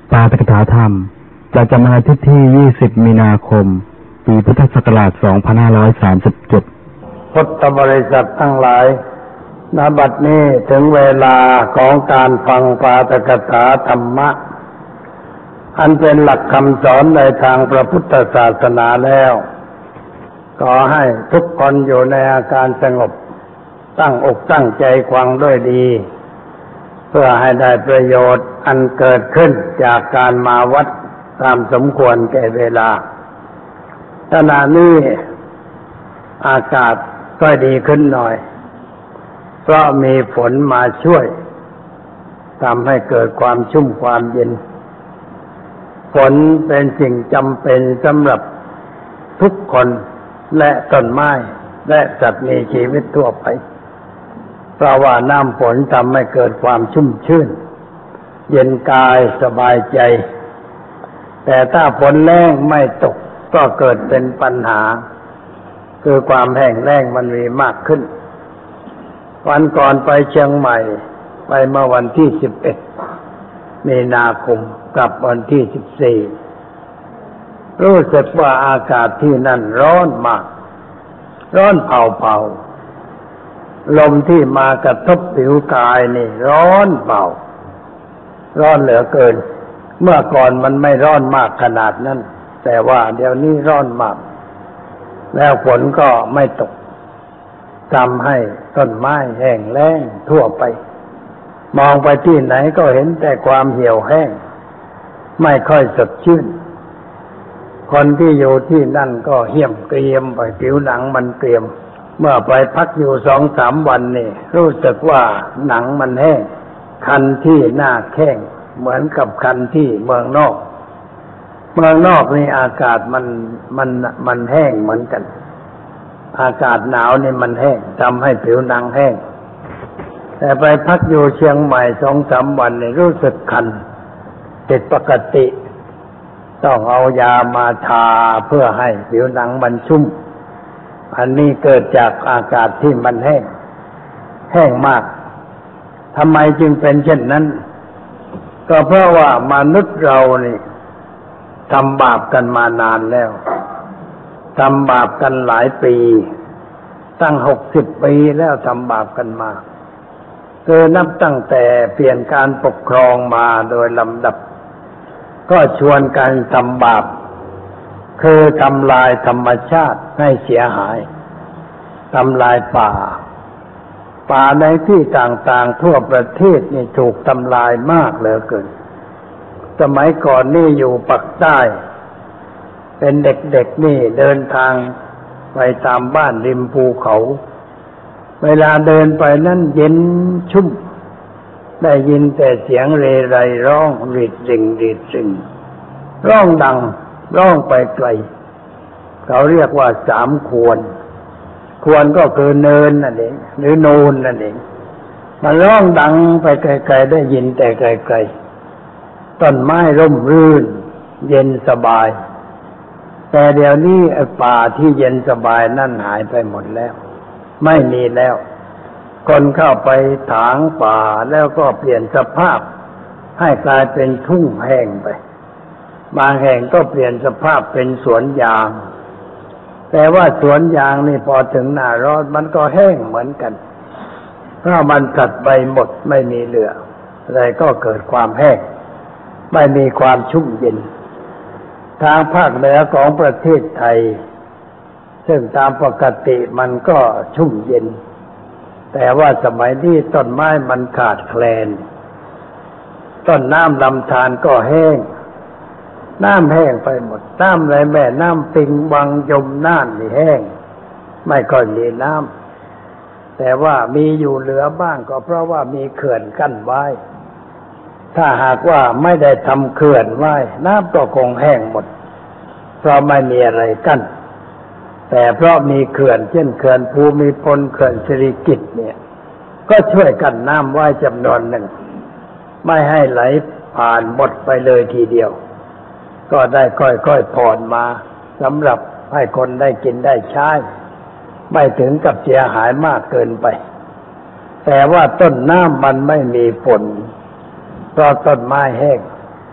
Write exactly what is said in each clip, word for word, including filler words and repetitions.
ปาฐกถาธรรมประจำวันอาทิตย์ที่ ยี่สิบ มีนาคม ปีพุทธศักราช สองพันห้าร้อยสามสิบเจ็ดพุทธบริษัททั้งหลายณ บัดนี้ถึงเวลาของการฟังปาฐกถาธรรมะอันเป็นหลักคำสอนในทางพระพุทธศาสนาแล้วขอให้ทุกคนอยู่ในอาการสงบตั้งอกตั้งใจฟังด้วยดีเพื่อให้ได้ประโยชน์อันเกิดขึ้นจากการมาวัดตามสมควรแก่เวลาขณะนี้อากาศก็ดีขึ้นหน่อยเพราะมีฝนมาช่วยทำให้เกิดความชุ่มความเย็นฝนเป็นสิ่งจำเป็นสำหรับทุกคนและต้นไม้และสัตว์มีชีวิตทั่วไปเพราะว่าน้ำฝนทำให้เกิดความชุ่มชื่นเย็นกายสบายใจแต่ถ้าฝนแล้งไม่ตกก็เกิดเป็นปัญหาคือความแห้งแล้งมันมีมากขึ้นวันก่อนไปเชียงใหม่ไปเมื่อวันที่สิบเอ็ดมีนาคมกลับวันที่สิบสี่รู้สึกว่าอากาศที่นั่นร้อนมากร้อนเผาๆลมที่มากระทบผิวกายนี่ร้อนเบาร้อนเหลือเกินเมื่อก่อนมันไม่ร้อนมากขนาดนั้นแต่ว่าเดี๋ยวนี้ร้อนมากแล้วฝนก็ไม่ตกทำให้ต้นไม้แห้งแล้งทั่วไปมองไปที่ไหนก็เห็นแต่ความเหี่ยวแห้งไม่ค่อยสดชื่นคนที่อยู่ที่นั่นก็เหี่ยมเกรียมไปผิวหนังมันเกรียมเมื่อไปพักอยู่สองสามวันนี่รู้สึกว่าหนังมันแห้งคันที่หน้าแข้งเหมือนกับคันที่เมืองนอกเมืองนอกนี่อากาศมันมันมันแห้งเหมือนกันอากาศหนาวนี่มันแห้งทำให้ผิวหนังแห้งแต่ไปพักอยู่เชียงใหม่สองสามวันนี่รู้สึกคันผิดปกติต้องเอายามาทาเพื่อให้ผิวหนังมันชุ่มอันนี้เกิดจากอากาศที่มันแห้งแห้งมากทำไมจึงเป็นเช่นนั้นก็เพราะว่ามนุษย์เรานี่ทำบาปกันมานานแล้วทำบาปกันหลายปีตั้งหกสิบปีแล้วทำบาปกันมาคือนับตั้งแต่เปลี่ยนการปกครองมาโดยลำดับก็ชวนกันทำบาปคือทำลายธรรมชาติให้เสียหายทำลายป่าป่าในที่ต่างๆทั่วประเทศนี่ถูกทำลายมากเหลือเกินสมัยก่อนนี่อยู่ปักใต้เป็นเด็กๆนี่เดินทางไปตามบ้านริมภูเขาเวลาเดินไปนั่นเย็นชุ่มได้ยินแต่เสียงเรไรร้องรีดริ่งรีดริ่งร้องดังร้องไปไกลเขาเรียกว่าสามควรควรก็คือเนินนั่นเองหรือโนนนั่นเองมันร้องดังไปไกลๆได้ยินแต่ไกลๆต้นไม้ร่มรื่นเย็นสบายแต่เดี๋ยวนี้ไอ้ป่าที่เย็นสบายนั่นหายไปหมดแล้วไม่มีแล้วคนเข้าไปถางป่าแล้วก็เปลี่ยนสภาพให้กลายเป็นทุ่งแห้งไปบางแห่งก็เปลี่ยนสภาพเป็นสวนยางแต่ว่าสวนยางนี่พอถึงหน้าร้อนมันก็แห้งเหมือนกันเพราะมันตัดใบหมดไม่มีเหลืออะไรก็เกิดความแห้งไม่มีความชุ่มเย็นทางภาคเหนือของประเทศไทยซึ่งตามปกติมันก็ชุ่มเย็นแต่ว่าสมัยนี้ต้นไม้มันขาดแคลนต้นน้ำลำธารก็แห้งน้ำแห้งไปหมดน้ำไหลแม่น้ำปิงวังยมน่านนี่แห้งไม่ค่อยมีน้ำแต่ว่ามีอยู่เหลือบ้างก็เพราะว่ามีเขื่อนกั้นไว้ถ้าหากว่าไม่ได้ทำเขื่อนไว้น้ำก็คงแห้งหมดเพราะไม่มีอะไรกั้นแต่เพราะมีเขื่อนเช่นเขื่อนภูมิพลเขื่อนสิริกิติ์เนี่ยก็ช่วยกันน้ำไว้จำนวนหนึ่งไม่ให้ไหลผ่านหมดไปเลยทีเดียวก็ได้ค่อยๆผ่อนมาสำหรับให้คนได้กินได้ใช้ไม่ถึงกับเสียหายมากเกินไปแต่ว่าต้นน้ำมันไม่มีฝนเพราะต้นไม้แห้ง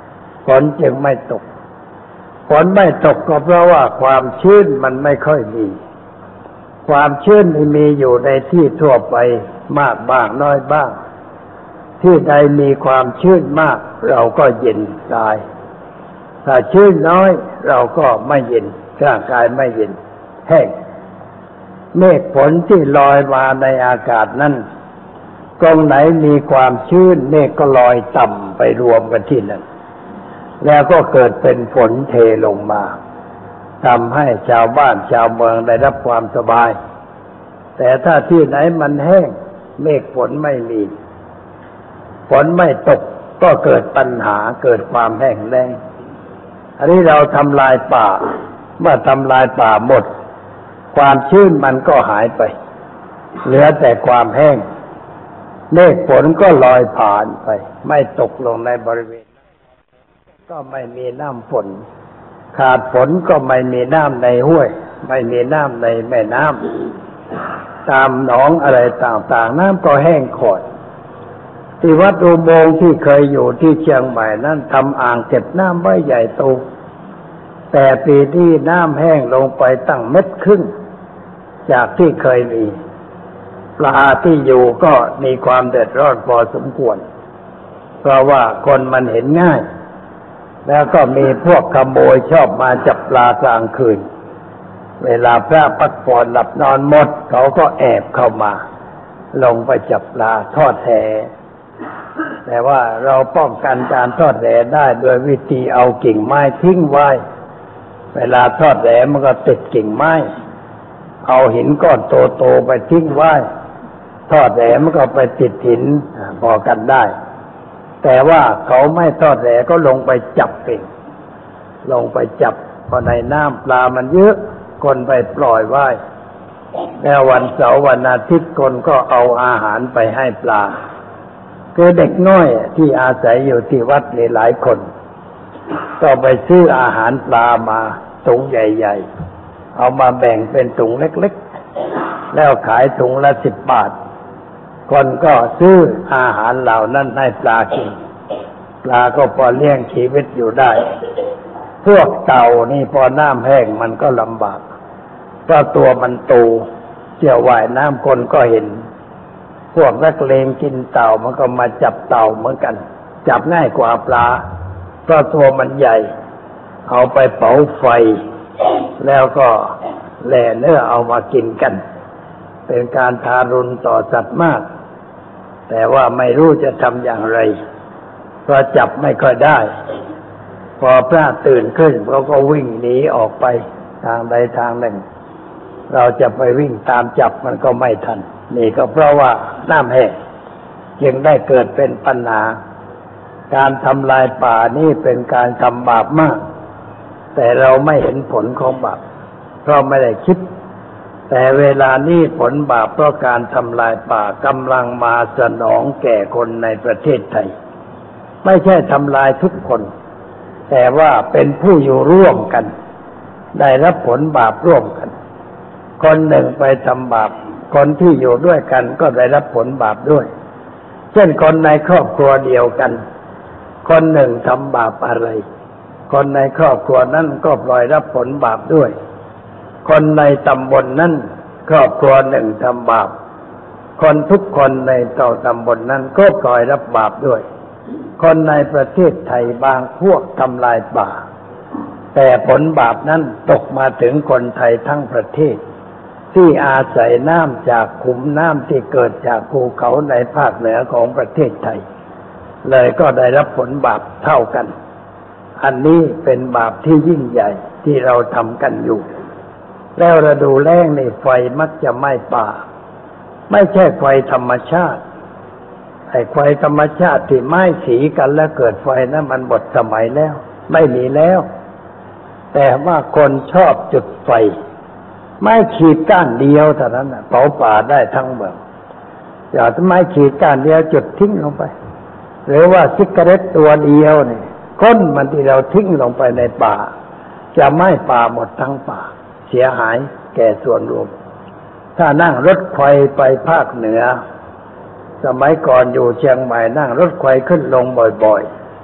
ฝนจึงไม่ตกฝนไม่ตกก็เพราะว่าความชื้นมันไม่ค่อยมีความชื้นที่มีอยู่ในที่ทั่วไปมากบ้างน้อยบ้างที่ใดมีความชื้นมากเราก็เย็นกายถ้าชื้นน้อยเราก็ไม่เย็นร่างกายไม่เย็นแห้งเมฆฝนที่ลอยมาในอากาศนั้นตรงไหนมีความชื้นเมฆก็ลอยต่ำไปรวมกันที่นั่นแล้วก็เกิดเป็นฝนเทลงมาทำให้ชาวบ้านชาวเมืองได้รับความสบายแต่ถ้าที่ไหนมันแห้งเมฆฝนไม่มีฝนไม่ตกก็เกิดปัญหาเกิดความแห้งแล้งอันนี้เราทำลายป่าเมื่อทำลายป่าหมดความชื้นมันก็หายไปเหลือแต่ความแห้งเมฆฝนก็ลอยผ่านไปไม่ตกลงในบริเวณก็ไม่มีน้ำฝนขาดฝนก็ไม่มีน้ำในห้วยไม่มีน้ำในแม่น้ำตามหนองอะไรต่างๆน้ำก็แห้งขอดที่วัดอุโมงค์ที่เคยอยู่ที่เชียงใหม่นั้นทำอ่างเก็บน้ำไว้ใหญ่โตแต่ปีที่น้ำแห้งลงไปตั้งเม็ดครึ่งจากที่เคยมีปลาที่อยู่ก็มีความเดือดร้อนพอสมควรเพราะว่าคนมันเห็นง่ายแล้วก็มีพวกขโมยชอบมาจับปลากลางคืนเวลาพระพักผ่อนหลับนอนหมดเขาก็แอบเข้ามาลงไปจับปลาทอดแหแต่ว่าเราป้องกันการทอดแหได้โดยวิธีเอากิ่งไม้ทิ้งไว้เวลาทอดแหมันก็ติดกิ่งไม้เอาหินก้อนโตๆไปทิ้งไว้ทอดแหมันก็ไปติดหินพอกันได้แต่ว่าเขาไม่ทอดแหก็ลงไปจับเองลงไปจับเพราะในน้ำปลามันเยอะคนไปปล่อยไว้แล้ววันเสาร์วันอาทิตย์คนก็เอาอาหารไปให้ปลาคือเด็กน้อยที่อาศัยอยู่ที่วัดหลายคนก็ไปซื้ออาหารปลามาถุงใหญ่ๆเอามาแบ่งเป็นถุงเล็กๆแล้วขายถุงละสิบบาทคนก็ซื้ออาหารเหล่านั้นให้ปลากินปลาก็พอเลี้ยงชีวิตอยู่ได้พวกเต่านี่พอน้ำแห้งมันก็ลำบากเพราะตัวมันโตเจียวว่ายน้ำคนก็เห็นพวกนักเลงกินเต่ามันก็มาจับเต่าเหมือนกันจับง่ายกว่าปลาเพราะตัวมันใหญ่เอาไปเผาไฟแล้วก็แล่เนื้อเอามากินกันเป็นการทารุณต่อสัตว์มากแต่ว่าไม่รู้จะทำอย่างไรเพราะจับไม่ค่อยได้พอพระตื่นขึ้นเขาก็วิ่งหนีออกไปทางใดทางหนึ่งเราจะไปวิ่งตามจับมันก็ไม่ทันนี่ก็เพราะว่าน้ำแห้งจึงได้เกิดเป็นปัญหาการทำลายป่านี่เป็นการทำบาปมากแต่เราไม่เห็นผลของบาปเพราะไม่ได้คิดแต่เวลานี้ผลบาปเพราะการทำลายป่ากำลังมาสนองแก่คนในประเทศไทยไม่ใช่ทำลายทุกคนแต่ว่าเป็นผู้อยู่ร่วมกันได้รับผลบาปร่วมกันคนหนึ่งไปทำบาปคนที่อยู่ด้วยกันก็ได้รับผลบาปด้วยเช่นคนในครอบครัวเดียวกันคนหนึ่งทำบาปอะไรคนในครอบครัวนั้นก็ปล่อยรับผลบาปด้วยคนในตำบลนั้นครอบครัวหนึ่งทำบาปคนทุกคนในเจ้าตำบลนั้นก็ปล่อยรับบาปด้วยคนในประเทศไทยบางพวกทำลายป่าแต่ผลบาปนั้นตกมาถึงคนไทยทั้งประเทศที่อาศัยน้ำจากขุมน้ำที่เกิดจากภูเขาในภาคเหนือของประเทศไทยเลยก็ได้รับผลบาปเท่ากันอันนี้เป็นบาปที่ยิ่งใหญ่ที่เราทำกันอยู่แล้วฤดูแล้งนี่ไฟมักจะไหม้ป่าไม่ใช่ไฟธรรมชาติไอ้ไฟธรรมชาติที่ไหม้สีกันแล้วเกิดไฟนั้นมันหมดสมัยแล้วไม่มีแล้วแต่ว่าคนชอบจุดไฟไม่ขีดก้านเดียวเท่านั้นเผาป่าได้ทั้งเมืองอย่าไม้ขีดก้านเดียวจุดทิ้งลงไปหรือว่าซิกาเรตตัวเดียวนี่ก้นมันที่เราทิ้งลงไปในป่าจะไหม้ป่าหมดทั้งป่าเสียหายแก่ส่วนรวมถ้านั่งรถไฟไปภาคเหนือสมัยก่อนอยู่เชียงใหม่นั่งรถไฟขึ้นลงบ่อยๆ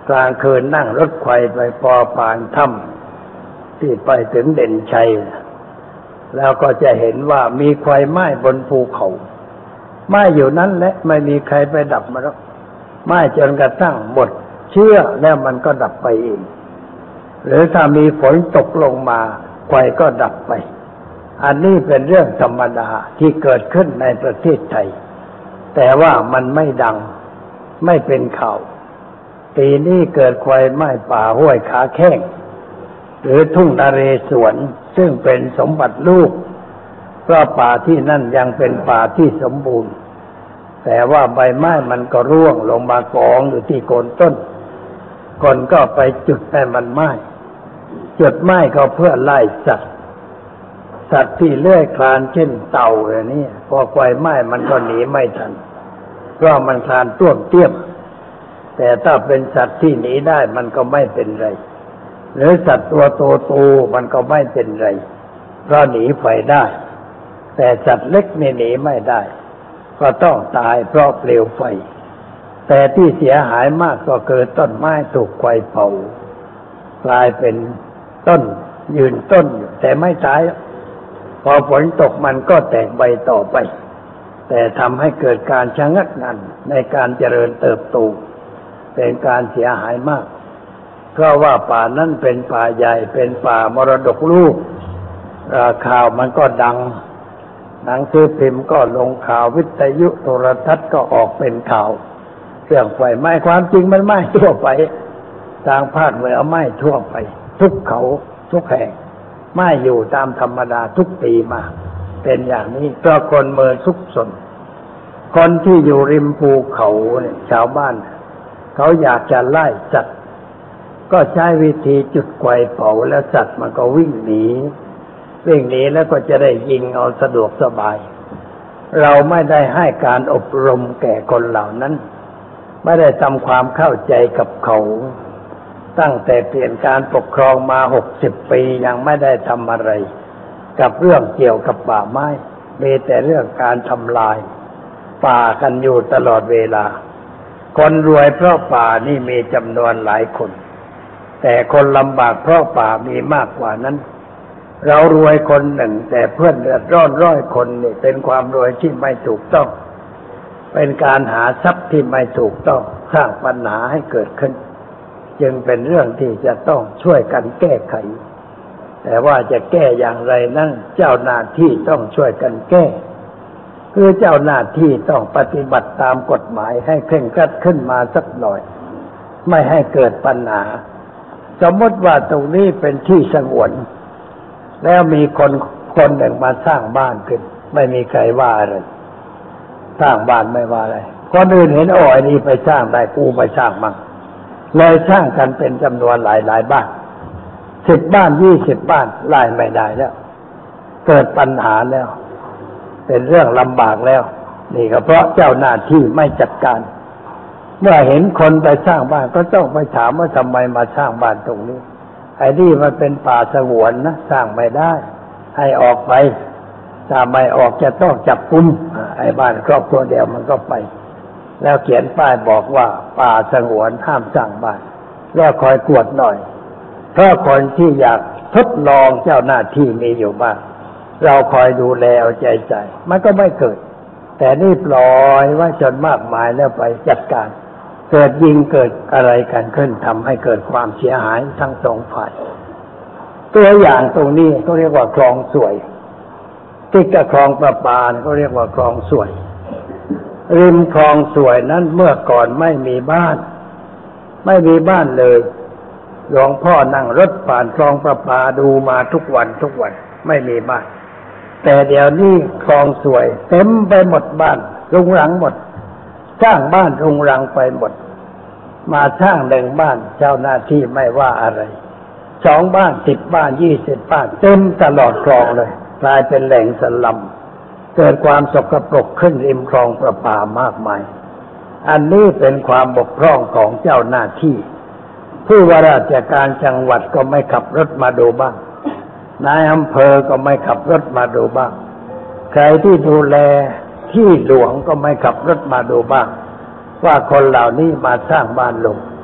กลางคืนนั่งรถไฟไปพอผ่านถ้ำที่ไปถึงเด่นชัยแล้วก็จะเห็นว่ามีไฟไหม้บนภูเขาไหม้อยู่นั้นและไม่มีใครไปดับมันหรอกไหม้จนกระทั่งหมดเชื้อแล้วมันก็ดับไปเองหรือถ้ามีฝนตกลงมาไฟก็ดับไปอันนี้เป็นเรื่องธรรมดาที่เกิดขึ้นในประเทศไทยแต่ว่ามันไม่ดังไม่เป็นข่าวปีนี้เกิดไฟไหม้ป่าห้วยขาแข้งหรือทุ่งนเรศวรซึ่งเป็นสมบัติลูกเพราะป่าที่นั่นยังเป็นป่าที่สมบูรณ์แต่ว่าใบไม้มันก็ร่วงลงมากองอยู่ที่โคนต้นคนก็ไปจุดให้มันไหม้จุดไหม้ก็เพื่อไล่สัตว์สัตว์ที่เลื้อยคลานเช่นเต่าอย่างนี้พอไฟไหม้มันก็หนีไม่ทันเพราะมันคลานต้วมเตี้ยมแต่ถ้าเป็นสัตว์ที่หนีได้มันก็ไม่เป็นไรหรือสัตว์ตัวโตๆมันก็ไม่เป็นไรเพราะหนีไฟได้แต่สัตว์เล็กนี่หนีไม่ได้ก็ต้องตายเพราะเปลวไฟแต่ที่เสียหายมากก็เกิดต้นไม้ถูกไฟเผากลายเป็นต้นยืนต้นอยู่แต่ไม่ตายพอฝนตกมันก็แตกใบต่อไปแต่ทำให้เกิดการชะงักงันในการเจริญเติบโตเป็นการเสียหายมากเพราะว่าป่านั้นเป็นป่าใหญ่เป็นป่ามรดกลูกข่าวมันก็ดังหนังสือพิมพ์ก็ลงข่าววิทยุโทรทัศน์ก็ออกเป็นข่าวเรื่องไฟไหม้ความจริงมันไหม้ทั่วไปทางภาคเหนือไหม้ทั่วไปทุกเขาทุกแห่งไหม้อยู่ตามธรรมดาทุกปีมาเป็นอย่างนี้เพราะคนเมืองซุกซนคนที่อยู่ริมภูเขาเนี่ยชาวบ้านเขาอยากจะไล่สัตว์ก็ใช้วิธีจุดไฟเผาแล้วสัตว์มันก็วิ่งหนีวิ่งหนีแล้วก็จะได้ยิงเอาสะดวกสบายเราไม่ได้ให้การอบรมแก่คนเหล่านั้นไม่ได้ทำความเข้าใจกับเขาตั้งแต่เปลี่ยนการปกครองมาหกสิบปียังไม่ได้ทำอะไรกับเรื่องเกี่ยวกับป่าไม้มีแต่เรื่องการทำลายป่ากันอยู่ตลอดเวลาคนรวยเพราะป่านี่มีจำนวนหลายคนแต่คนลำบากเพราะป่ามีมากกว่านั้นเรารวยคนหนึ่งแต่เพื่อนเดือดร้อนร้อยคนนี่เป็นความรวยที่ไม่ถูกต้องเป็นการหาทรัพย์ที่ไม่ถูกต้องสร้างปัญหาให้เกิดขึ้นจึงเป็นเรื่องที่จะต้องช่วยกันแก้ไขแต่ว่าจะแก้อย่างไรนั้นเจ้าหน้าที่ต้องช่วยกันแก้คือเจ้าหน้าที่ต้องปฏิบัติตามกฎหมายให้เคร่งครัดขึ้นมาสักหน่อยไม่ให้เกิดปัญหาสมมติว่าตรงนี้เป็นที่สงวนแล้วมีคนคนหนึ่งมาสร้างบ้านขึ้นไม่มีใครว่าอะไรสร้างบ้านไม่ว่าอะไรคนอื่นเห็นโอ้ยนี่ไปสร้างได้กูไปสร้างมั่งเลยสร้างกันเป็นจำนวนหลายหลายบ้านสิบบ้านยี่สิบบ้านไล่ไม่ได้แล้วเกิดปัญหาแล้วเป็นเรื่องลำบากแล้วนี่ก็เพราะเจ้าหน้าที่ไม่จัดการเมื่อเห็นคนไปสร้างบ้านก็ต้องไปถามว่าทำไมมาสร้างบ้านตรงนี้ไอ้นี่มันเป็นป่าสงวนนะสร้างไม่ได้ให้ออกไปถ้าไม่ออกจะต้องจับกุมไอ้บ้านครอบครัวเดียวมันก็ไปแล้วเขียนป้ายบอกว่าป่าสงวนห้ามสร้างบ้านแล้วคอยกวดหน่อยเพราะคนที่อยากทดลองเจ้าหน้าที่มีอยู่บ้างเราคอยดูแลเอาใจใจมันก็ไม่เกิดแต่นี่ปล่อยไว้จนมากมายแล้วไปจัดการเกิดยิงเกิดอะไรกันขึ้นทำให้เกิดความเสียหายทั้งสองฝ่ายตัวอย่างตรงนี้เขาเรียกว่าคลองสวยที่กระคลองประปาเขาเรียกว่าคลองสวยริมคลองสวยนั้นเมื่อก่อนไม่มีบ้านไม่มีบ้านเลยหลวงพ่อนั่งรถผ่านคลองประปาดูมาทุกวันทุกวันไม่มีบ้านแต่เดี๋ยวนี้คลองสวยเต็มไปหมดบ้านรุงรังหมดสร้างบ้านรุงรังไปหมดมาสร้างหนึ่งบ้านเจ้าหน้าที่ไม่ว่าอะไรสองบ้านสิบบ้านยี่สิบบ้านเต็มตลอดคลองเลยกลายเป็นแหล่งสลัมเกิดความสกปรกขึ้นริมคลองประปามากมายอันนี้เป็นความบกพร่องของเจ้าหน้าที่ผู้ว่าราชการจังหวัดก็ไม่ขับรถมาดูบ้างนายอำเภอก็ไม่ขับรถมาดูบ้างใครที่ดูแลที่หลวงก็ไม่ขับรถมาดูบ้างว่าคนเหล่านี้มาสร้างบ้านลง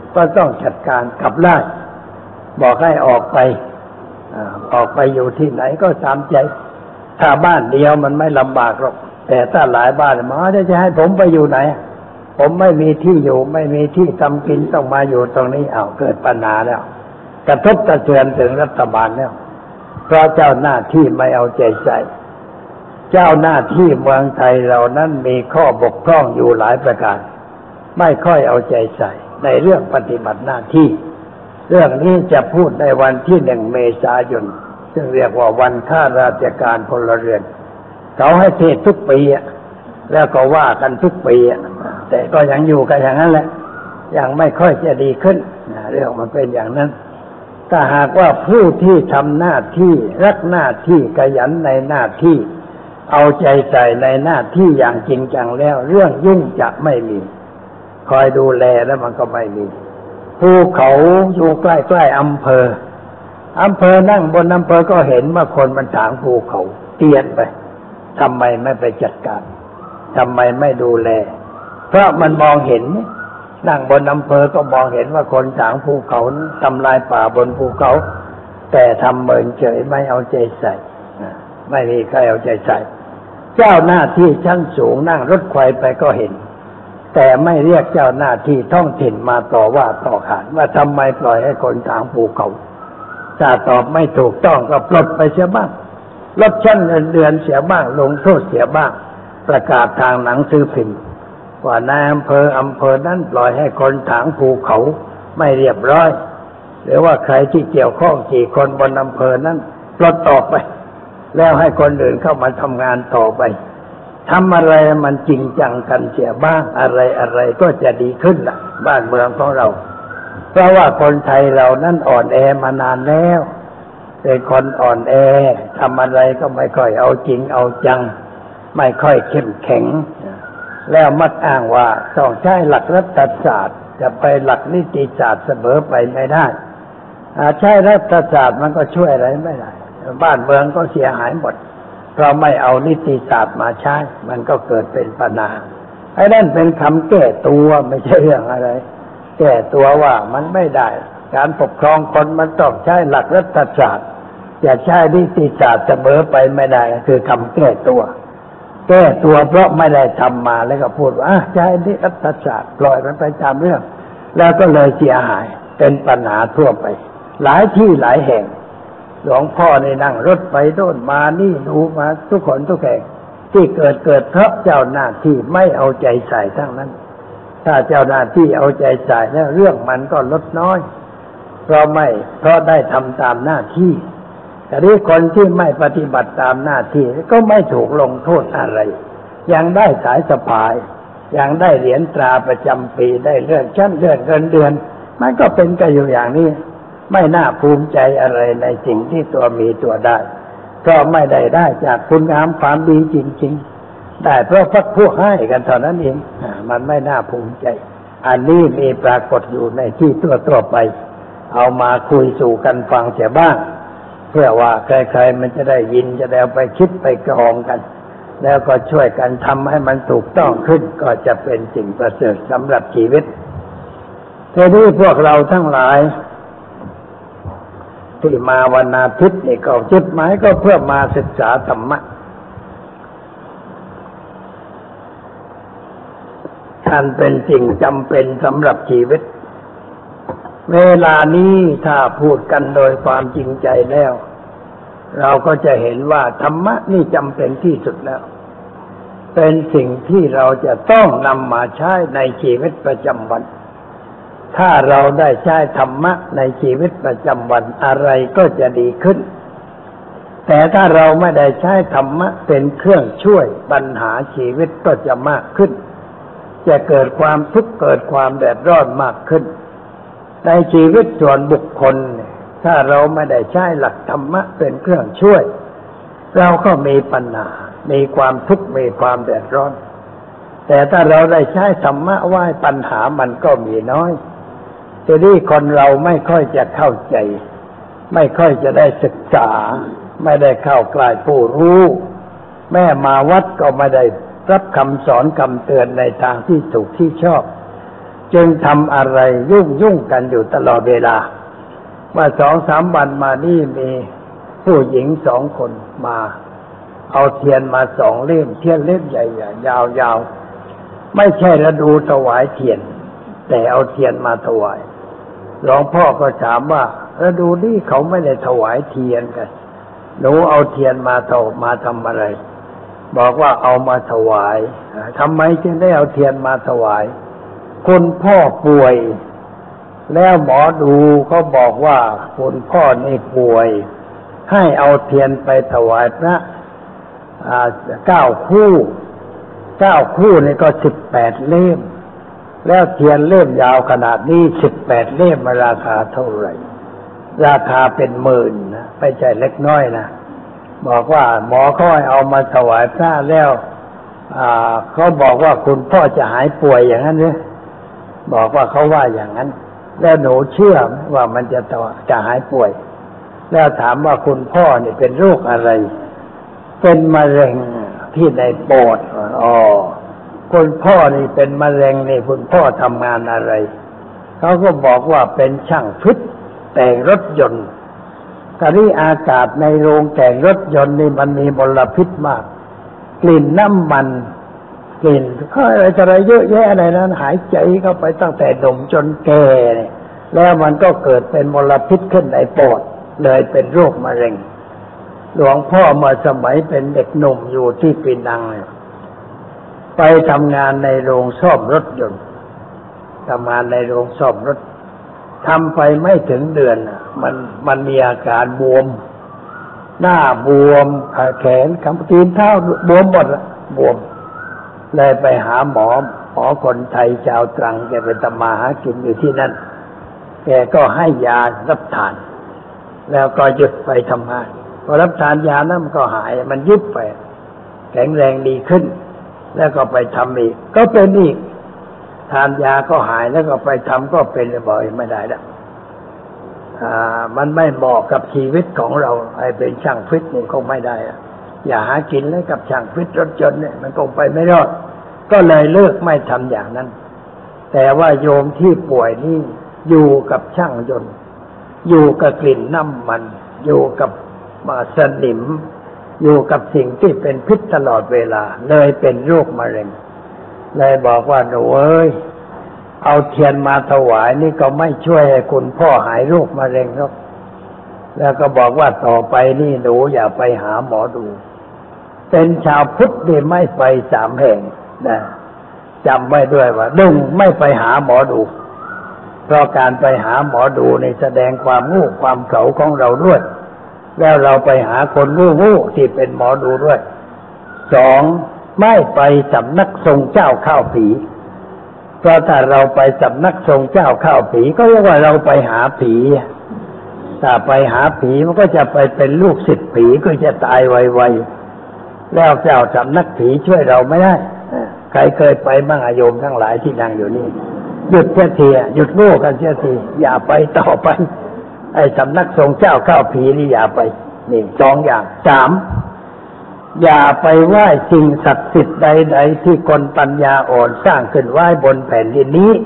ก็ต้องจัดการกับไล่บอกให้ออกไปออกไปอยู่ที่ไหนก็ตามใจถ้าบ้านเดียวมันไม่ลำบากหรอกแต่ถ้าหลายบ้านหมอจะให้ผมไปอยู่ไหนผมไม่มีที่อยู่ไม่มีที่ทำกินต้องมาอยู่ตรงนี้เอาเกิดปัญหาแล้วกระทบกระเทือนถึงรัฐบาลแล้วเพราะเจ้าหน้าที่ไม่เอาใจใส่เจ้าหน้าที่เมืองไทยเรานั้นมีข้อบกพร่องอยู่หลายประการไม่ค่อยเอาใจใส่ในเรื่องปฏิบัติหน้าที่เรื่องนี้จะพูดในวันที่หนึ่งเมษายนซึ่งเรียกว่าวันข้าราชการพลเรือนเขาให้เทศทุกปีแล้วก็ว่ากันทุกปีแต่ก็ยังอยู่กันอย่างนั้นแหละยังไม่ค่อยจะดีขึ้นเรื่องมันเป็นอย่างนั้นถ้าหากว่าผู้ที่ทำหน้าที่รักหน้าที่ขยันในหน้าที่เอาใจใส่ในหน้าที่อย่างจริงจังแล้วเรื่องยุ่งจะไม่มีคอยดูแลแล้วมันก็ไม่มีภูเขาอยู่ใกล้ๆอำเภออำเภอนั่งบนอำเภอก็เห็นว่าคนมันถางภูเขาเตียนไปทำไมไม่ไปจัดการทำไมไม่ดูแลเพราะมันมองเห็นนั่งบนอำเภอก็มองเห็นว่าคนถางภูเขาทำลายป่าบนภูเขาแต่ทำเหมือนเฉยไม่เอาใจใส่ไม่มีใครเอาใจใส่เจ้าหน้าที่ชั้นสูงนั่งรถไฟไปก็เห็นแต่ไม่เรียกเจ้าหน้าที่ท้องถิ่นมาต่อว่าต่อขานว่าทำไมปล่อยให้คนถางภูเขาถ้าตอบไม่ถูกต้องก็ปลดไปเสียบ้างลดชั้นเงินเดือนเสียบ้างลงโทษเสียบ้างประกาศทางหนังสือพิมพ์ว่านายอำเภออำเภอนั้นปล่อยให้คนถางภูเขาไม่เรียบร้อยหรือว่าใครที่เกี่ยวข้องกี่คนบนอำเภอนั้นปลดออกไปแล้วให้คนอื่นเข้ามาทำงานต่อไปทำอะไรมันจริงจังกันเสียบ้างอะไรอะไรก็จะดีขึ้นล่ะบ้านเมืองของเราเพราะว่าคนไทยเรานั้นอ่อนแอมานานแล้วเป็นคนอ่อนแอทำอะไรก็ไม่ค่อยเอาจริงเอาจังไม่ค่อยเข้มแข็งแล้วมักอ้างว่าต้องใช้หลักรัฐศาสตร์จะไปหลักนิติศาสตร์เสมอไปไม่ได้ใช้รัฐศาสตร์มันก็ช่วยอะไรไม่ได้บ้านเมืองก็เสียหายหมดเพราะไม่เอานิติศาสตร์มาใช้มันก็เกิดเป็นปัญหาไอ้นั่นเป็นคำแก้ตัวไม่ใช่เรื่องอะไรแก้ตัวว่ามันไม่ได้การปกครองคนมันต้องใช้หลักรัฐศาสตร์อย่าใช้นิติศาสตร์เสมอไปไม่ได้คือคำแก้ตัวแก้ตัวเพราะไม่ได้ทำมาแล้วก็พูดว่าใช้นิติรัฐศาสตร์ปล่อยมันไปตามเรื่องแล้วก็เลยเสียหายเป็นปัญหาทั่วไปหลายที่หลายแห่งหลวงพ่อนี่นั่งรถไปโน่นมานี่ดูมาทุกคนทุกแห่งที่เกิดเกิดเพราะเจ้าหน้าที่ไม่เอาใจใส่ทั้งนั้นถ้าเจ้าหน้าที่เอาใจใส่แล้วเรื่องมันก็ลดน้อยเพราะไม่เพราะได้ทำตามหน้าที่แต่ที่คนที่ไม่ปฏิบัติตามหน้าที่ก็ไม่ถูกลงโทษอะไรยังได้สายสะพายยังได้เหรียญตราประจำปีได้เลื่อนชั้นเลื่อนเงินเดือนมันก็เป็นกันอยู่อย่างนี้ไม่น่าภูมิใจอะไรในสิ่งที่ตัวมีตัวได้เพราะไม่ได้ได้จากคุณงามความดีจริงๆได้เพราะพักพวกให้กันเท่านั้นเองมันไม่น่าภูมิใจอันนี้มีปรากฏอยู่ในที่ตัวตัวไปเอามาคุยสู่กันฟังเสียบ้างเพื่อว่าใครๆมันจะได้ยินจะได้ไปคิดไปกรองกันแล้วก็ช่วยกันทำให้มันถูกต้องขึ้นก็จะเป็นสิ่งประเสริฐสำหรับชีวิตทีนี้พวกเราทั้งหลายที่มาวันอาทิตย์นี่ก็จุดหมายก็เพื่อมาศึกษาธรรมะท่านเป็นสิ่งจำเป็นสำหรับชีวิตเวลานี้ถ้าพูดกันโดยความจริงใจแล้วเราก็จะเห็นว่าธรรมะนี่จำเป็นที่สุดแล้วเป็นสิ่งที่เราจะต้องนำมาใช้ในชีวิตประจำวันถ้าเราได้ใช้ธรรมะในชีวิตประจำวันอะไรก็จะดีขึ้นแต่ถ้าเราไม่ได้ใช้ธรรมะเป็นเครื่องช่วยปัญหาชีวิตก็จะมากขึ้นจะเกิดความทุกข์เกิดความแดดร้อนมากขึ้นในชีวิตส่วนบุคคลถ้าเราไม่ได้ใช้หลักธรรมะเป็นเครื่องช่วยเราก็มีปัญหามีความทุกข์มีความแดดร้อนแต่ถ้าเราได้ใช้ธรรมะว่าปัญหามันก็มีน้อยทีนี้คนเราไม่ค่อยจะเข้าใจไม่ค่อยจะได้ศึกษาไม่ได้เข้าใกล้ผู้รู้แม่มาวัดก็ไม่ได้รับคำสอนคำเตือนในทางที่ถูกที่ชอบจึงทำอะไรยุ่งยุ่งกันอยู่ตลอดเวลาว่าสองสามวันมานี่มีผู้หญิงสองคนมาเอาเทียนมาสองเล่มเทียนเล่มใหญ่ๆยาวๆไม่ใช่ฤดูถวายเทียนแต่เอาเทียนมาถวายหลวงพ่อก็ถามว่าฤดูนี้เขาไม่ได้ถวายเทียนกันหนูเอาเทียนมาถวมาทำอะไรบอกว่าเอามาถวายทำไมจึงได้เอาเทียนมาถวายคุณพ่อป่วยแล้วหมอดูเขาบอกว่าคุณพ่อนี่ป่วยให้เอาเทียนไปถวายพระเก้าคู่เก้าคู่นี่ก็สิบแปดเล่มแล้วเทียนเล่มยาวขนาดนี้สิบแปดเล่มราคาเท่าไหร่ราคาเป็นหมื่นนะไม่ใช่เล็กน้อยนะบอกว่าหมอเขาให้เอามาถวายพระแล้วเขาบอกว่าคุณพ่อจะหายป่วยอย่างนั้นหรือบอกว่าเขาว่าอย่างนั้นแล้วหนูเชื่อว่ามันจะจะหายป่วยแล้วถามว่าคุณพ่อนี่เป็นโรคอะไรเป็นมะเร็งที่ในปอดอ๋อคุณพ่อนี่เป็นมะเร็งนี่คุณพ่อทำงานอะไรเขาก็บอกว่าเป็นช่างฟิตแต่งรถยนต์กะนี่อากาศในโรงแต่งรถยนต์นี่มันมีมลพิษมากกลิ่นน้ำมันกลิ่นอะไรอะไรเยอะแยะอะไรนั้นหายใจเข้าไปตั้งแต่หนุ่มจนแก่เนี่ยแล้วมันก็เกิดเป็นมลพิษขึ้นในปอดเลยเป็นโรคมะเร็งหลวงพ่อเมื่อสมัยเป็นเด็กหนุ่มอยู่ที่ปีนังไปทำงานในโรงซ่อมรถยนต์ทำงานในโรงซ่อมรถทำไปไม่ถึงเดือนมันมันมีอาการบวมหน้าบวมแขนขาตีนเท้าบวมหมดบวมเลยไปหาหมอหมอคนไทยชาวตรังแกเป็นตมาหากินอยู่ที่นั่นแกก็ให้ยารับทานแล้วก็หยุดไปทำงานพอรับทานยานั้นมันก็หายมันยุบไปแข็งแรงดีขึ้นแล้วก็ไปทำอีกก็เป็นอีกทานยาก็หายแล้วก็ไปทำก็เป็นบ่อยไม่ได้แล้วอ่ามันไม่เหมาะกับชีวิตของเราไอ้เป็นช่างฟิตนี่คงไม่ได้อย่าหากินแล้วกับช่างฟิตรถยนต์เนี่ยมันคงไปไม่รอดก็เลยเลิกไม่ทำอย่างนั้นแต่ว่าโยมที่ป่วยนี่อยู่กับช่างยนต์อยู่กับกลิ่นน้ำมันอยู่กับสนิมอยู่กับสิ่งที่เป็นพิษตลอดเวลาเลยเป็นโรคมะเร็งเลยบอกว่าหนูเอ้ยเอาเทียนมาถวายนี่ก็ไม่ช่วยให้คุณพ่อหายโรคมะเร็งหรอกแล้วก็บอกว่าต่อไปนี่หนูอย่าไปหาหมอดูเป็นชาวพุทธนี่ไม่ไปสามแห่งนะจำไว้ด้วยว่าหนึ่งไม่ไปหาหมอดูเพราะการไปหาหมอดูนี่แสดงความโง่ความเขลาของเราด้วยแล้วเราไปหาคนโง่ๆที่เป็นหมอดูด้วยสองไม่ไปสำนักทรงเจ้าข้าวผีเพราะถ้าเราไปสำนักทรงเจ้าข้าวผีก็เรียกว่าเราไปหาผีถ้าไปหาผีมันก็จะไปเป็นลูกศิษย์ผีก็จะตายไวๆแล้วเจ้าสำนักผีช่วยเราไม่ได้ใครเคยไปบ้างโยมทั้งหลายที่นั่งอยู่นี่หยุดเสียทีหยุดโง่กันเสียทีอย่าไปต่อไปไอ้สำนักทรงเจ้าข้าวผีนี่อย่าไปนี่สองอย่างสามอย่าไปไหว้สิ่งศักดิ์สิทธิ์ใดๆที่คนปัญญาอ่อนสร้างขึ้นไหว้บนแผ่นดินนี้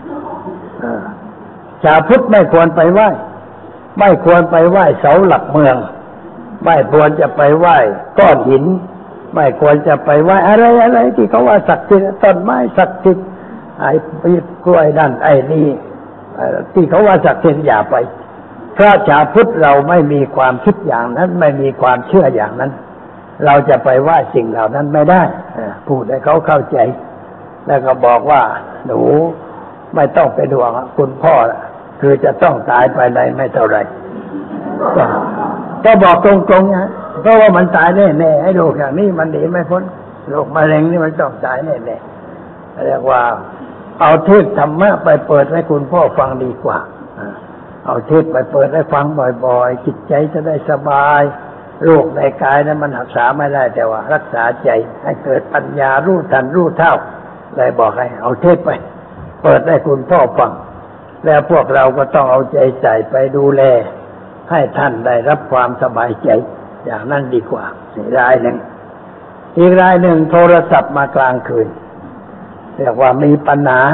ชาวพุทธไม่ควรไปไหว้ไม่ควรไปไหว้เสาหลักเมืองไม่ควรจะไปไหว้ก้อนหินไม่ควรจะไปไหว้อะไรอะไรที่เขาว่าศักดิ์สิทธิ์ต้นไม้ศักดิ์สิทธิ์ไอ้ปีกล้วยนั่นไอ้นี่ที่เขาว่าศักดิ์สิทธิ์อย่าไปเพราะชาวพุทธเราไม่มีความคิดอย่างนั้นไม่มีความเชื่ออย่างนั้นเราจะไปไหว้สิ่งเหล่านั้นไม่ได้พูดให้เขาเข้าใจแล้วก็บอกว่าหนูไม่ต้องเป็นห่วงคุณพ่อคือจะต้องตายไปในไม่เท่าไรก็บอกตรงๆนะเพราะว่ามันตายแน่ๆไอ้โรคอย่างนี้มันหนีไม่พ้นโรคมะเร็งนี่มันต้องตายแน่ๆเรียกว่าเอาเทศธรรมะไปเปิดให้คุณพ่อฟังดีกว่าเอาเทศไปเปิดให้ฟังบ่อยๆจิตใจจะได้สบายโรคในกายนั้นมันรักษาไม่ได้แต่ว่ารักษาใจให้เกิดปัญญารู้ทันรู้เท่าเลยบอกให้เอาเทศไปเปิดให้คุณพ่อฟังแล้วพวกเราก็ต้องเอาใจใส่ไปดูแลให้ท่านได้รับความสบายใจอย่างนั้นดีกว่าอีกรายหนึ่งอีกรายหนึ่งโทรศัพท์มากลางคืนเรียกว่ามีปัญหา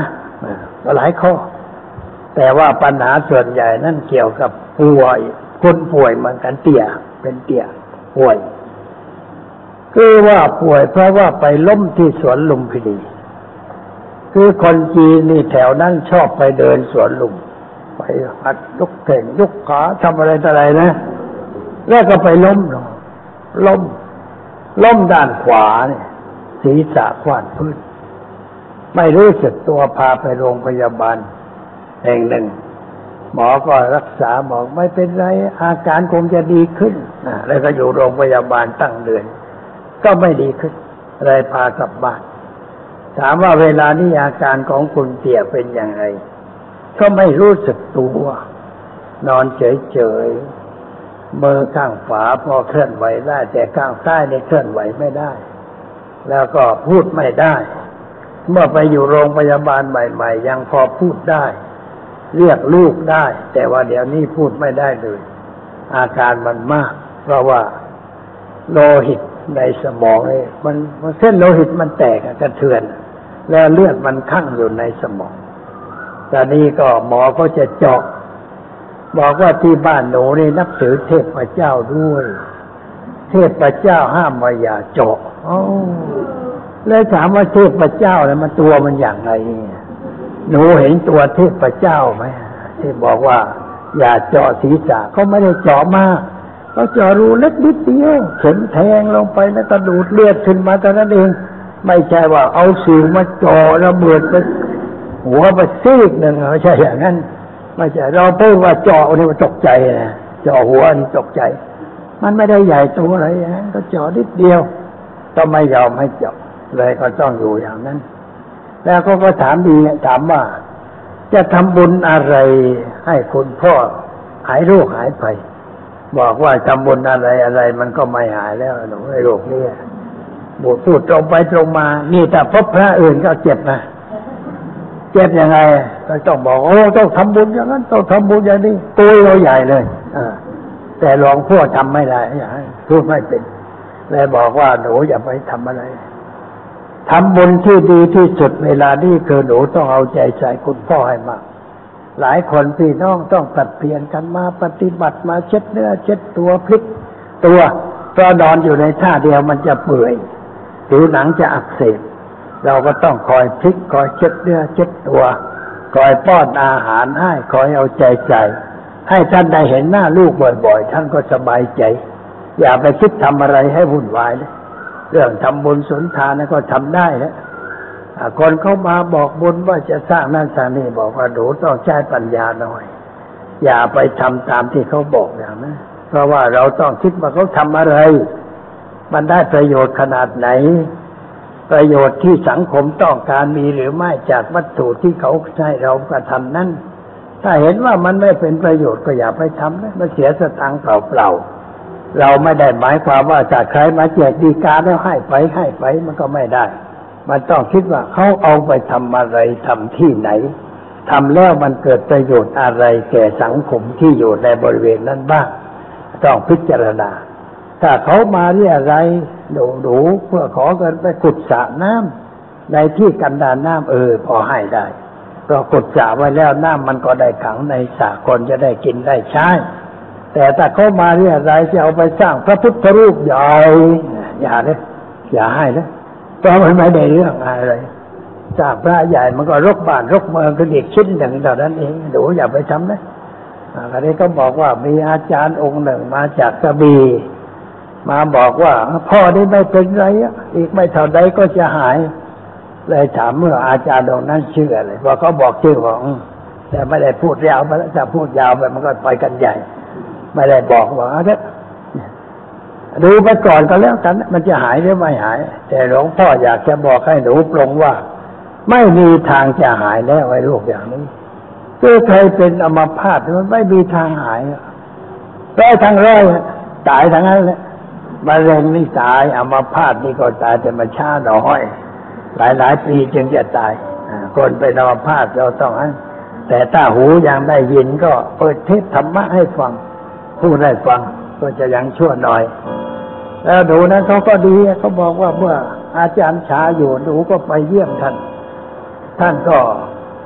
ก็หลายข้อแต่ว่าปัญหาส่วนใหญ่นั่นเกี่ยวกับป่วยคนป่วยเหมือนกันเตี่ยเป็นเตี่ยป่วยคือว่าป่วยเพราะว่าไปล้มที่สวนลุมพินีคือคนจีนนี่แถวนั้นชอบไปเดินสวนลุมไปหัดยกแขนยกขาทำอะไรต่ออะไรนะแล้วก็ไปล้มลงล้มล้มด้านขวาเนี่ยศีรษะขว้านพื้นไม่รู้สึกตัวพาไปโรงพยาบาลแห่งหนึ่งหมอก็รักษาบอกไม่เป็นไรอาการคงจะดีขึ้นนะแล้วก็อยู่โรงพยาบาลตั้งเดือนก็ไม่ดีขึ้นเลยพากลับบ้านถามว่าเวลานี้อาการของคุณเตี่ยเป็นอย่างไรก็ไม่รู้สึกตัวนอนเฉยๆมือข้างขวาพอเคลื่อนไหวได้แต่ข้างซ้ายนี่เคลื่อนไหวไม่ได้แล้วก็พูดไม่ได้เมื่อไปอยู่โรงพยาบาลใหม่ๆยังพอพูดได้เรียกลูกได้แต่ว่าเดี๋ยวนี้พูดไม่ได้เลยอาการมันมากเพราะว่าโลหิตในสมองนี่มันเส้นโลหิตมันแตกกระเทือนแล้วเลือดมันคั่งอยู่ในสมองตอนนี้ก็หมอก็จะเจาะบอกว่าที่บ้านหนูนี่นับถือเทพเจ้าด้วยเทพเจ้าห้ามว่าอย่าเจาะอ๋อเลยถามว่าเทพเจ้าเนี่ยมันตัวมันอย่างไรหนูเห็นตัวเทพเจ้าไหมที่บอกว่าอย่าเจาะศีรษะเขาไม่ได้เจาะมากเขาเจาะรูเล็กนิดเดียวเข็มแทงลงไปแล้วก็ดูดเลือดขึ้นมาเท่านั้นเองไม่ใช่ว่าเอาสิวมาเจาะระเบิดไปหัวไปซีกหนึ่งไม่ใช่อย่างนั้นไม่ใช่เราพูดว่าเจาะนี่มันตกใจนะเจาะหัวนี่ตกใจมันไม่ได้ใหญ่โตอะไรนะก็เจาะนิดเดียวก็ไม่ยอมให้เจาะเลยก็ต้องอยู่อย่างนั้นแล้วก็ก็ถามดีถามว่าจะทำบุญอะไรให้คุณพ่อหายโรคหายภัยบอกว่าทำบุญอะไรอะไรมันก็ไม่หายแล้วหนูไอ้โรคนี้บพูดตรงไปตรงมานี่แต่พบพระอื่นก็เจ็บนะเจ็บยังไงก็ต้องบอกโอ้ต้องทำบุญอย่างนั้นต้องทำบุญอย่างนี้ตัวเราใหญ่เลยอ่าแต่หลวงพ่อทำไม่ได้อย่าให้พูดไม่เป็นเลยบอกว่าหนูอย่าไปทำอะไรทำบุญที่ดีที่สุดเวลานี้คือหนูต้องเอาใจใส่คุณพ่อให้มากหลายคนพี่น้องต้องปรับเปลี่ยนกันมาปฏิบัติมาเช็ดเนื้อเช็ดตัวพลิกตัวเพราะนอนอยู่ในท่าเดียวมันจะเปื่อยผิวหนังจะอักเสบเราก็ต้องคอยพลิกคอยเช็ดเนื้อเช็ดตัวคอยป้อนอาหารให้คอยเอาใจใส่ให้ท่านได้เห็นหน้าลูกบ่อยๆท่านก็สบายใจอย่าไปคิดทำอะไรให้วุ่นวายเลยเรื่องทำบุญสุนทานก็ทำได้แล้วคนเขามาบอกบุญว่าจะสร้างนั่นสร้างนี่บอกว่าหนูต้องใช้ปัญญาหน่อยอย่าไปทำตามที่เขาบอกอย่างนั้นเพราะว่าเราต้องคิดว่าเขาทำอะไรมันได้ประโยชน์ขนาดไหนประโยชน์ที่สังคมต้องการมีหรือไม่จากวัตถุที่เขาให้เรากระทำนั้นถ้าเห็นว่ามันไม่เป็นประโยชน์ก็อย่าไปทำนะมันเสียสตังค์เปล่าๆเราไม่ได้หมายความว่าถ้าใครมาแจกดีกาแล้วให้ไปให้ไปมันก็ไม่ได้มันต้องคิดว่าเขาเอาไปทำอะไรทำที่ไหนทำแล้วมันเกิดประโยชน์อะไรแก่สังคมที่อยู่ในบริเวณนั้นบ้างต้องพิจารณาถ้าเขามาเรียอะไรดูดูเพื่อขอเงินไปขุดสระน้ำในที่กันดารน้ำเออพอให้ได้เพราะขุดสระไว้แล้วน้ำมันก็ได้ขังในสระคนจะได้กินได้ใช้แต่ถ้าเขามาเรียอะไรจะเอาไปสร้างพระพุทธรูปใหญ่อย่าเลยอย่าให้เลยเพราะมันไม่ได้เรื่องอะไรสร้างพระใหญ่มันก็รกบ้านรกเมืองก็เด็กชิ้นหนึ่งเท่านั้นเองดูอย่าไปทำนะอันนี้ก็บอกว่ามีอาจารย์องค์หนึ่งมาจากกระบี่มาบอกว่าพ่อนี่ไม่เป็นไรอีกไม่เท่าใดก็จะหายเลยถามเมื่ออาจารย์องค์นั้นชื่ออะไรพอเขาบอกชื่อของแต่ไม่ได้พูดยาวไปแล้วถ้าพูดยาวไปมันก็ไปกันใหญ่ไม่ได้บอกว่าเด็กดูไปก่อนก็แล้วกันมันจะหายหรือไม่หายแต่หลวงพ่ออยากจะบอกให้หนูปรงว่าไม่มีทางจะหายแล้วไอ้โรคอย่างนี้คือใครเป็นอัมพาตมันไม่มีทางหายร้อยทั้งร้อยตายทั้งนั้นแหละมะเร็งนี่ตายอัมพาตนี่ก็ตายแต่มาช้าหน่อยหลายหลายปีจึงจะตายคนเป็นอัมพาตเราต้องให้แต่ถ้าหูยังได้ยินก็เปิดเทศธรรมะให้ฟังพูดให้ฟังก็จะยังชั่วหน่อยแล้วดูนั้นเขาก็ดีเขาบอกว่าเมื่ออาจารย์ชาอยู่หนูก็ไปเยี่ยมท่านท่านก็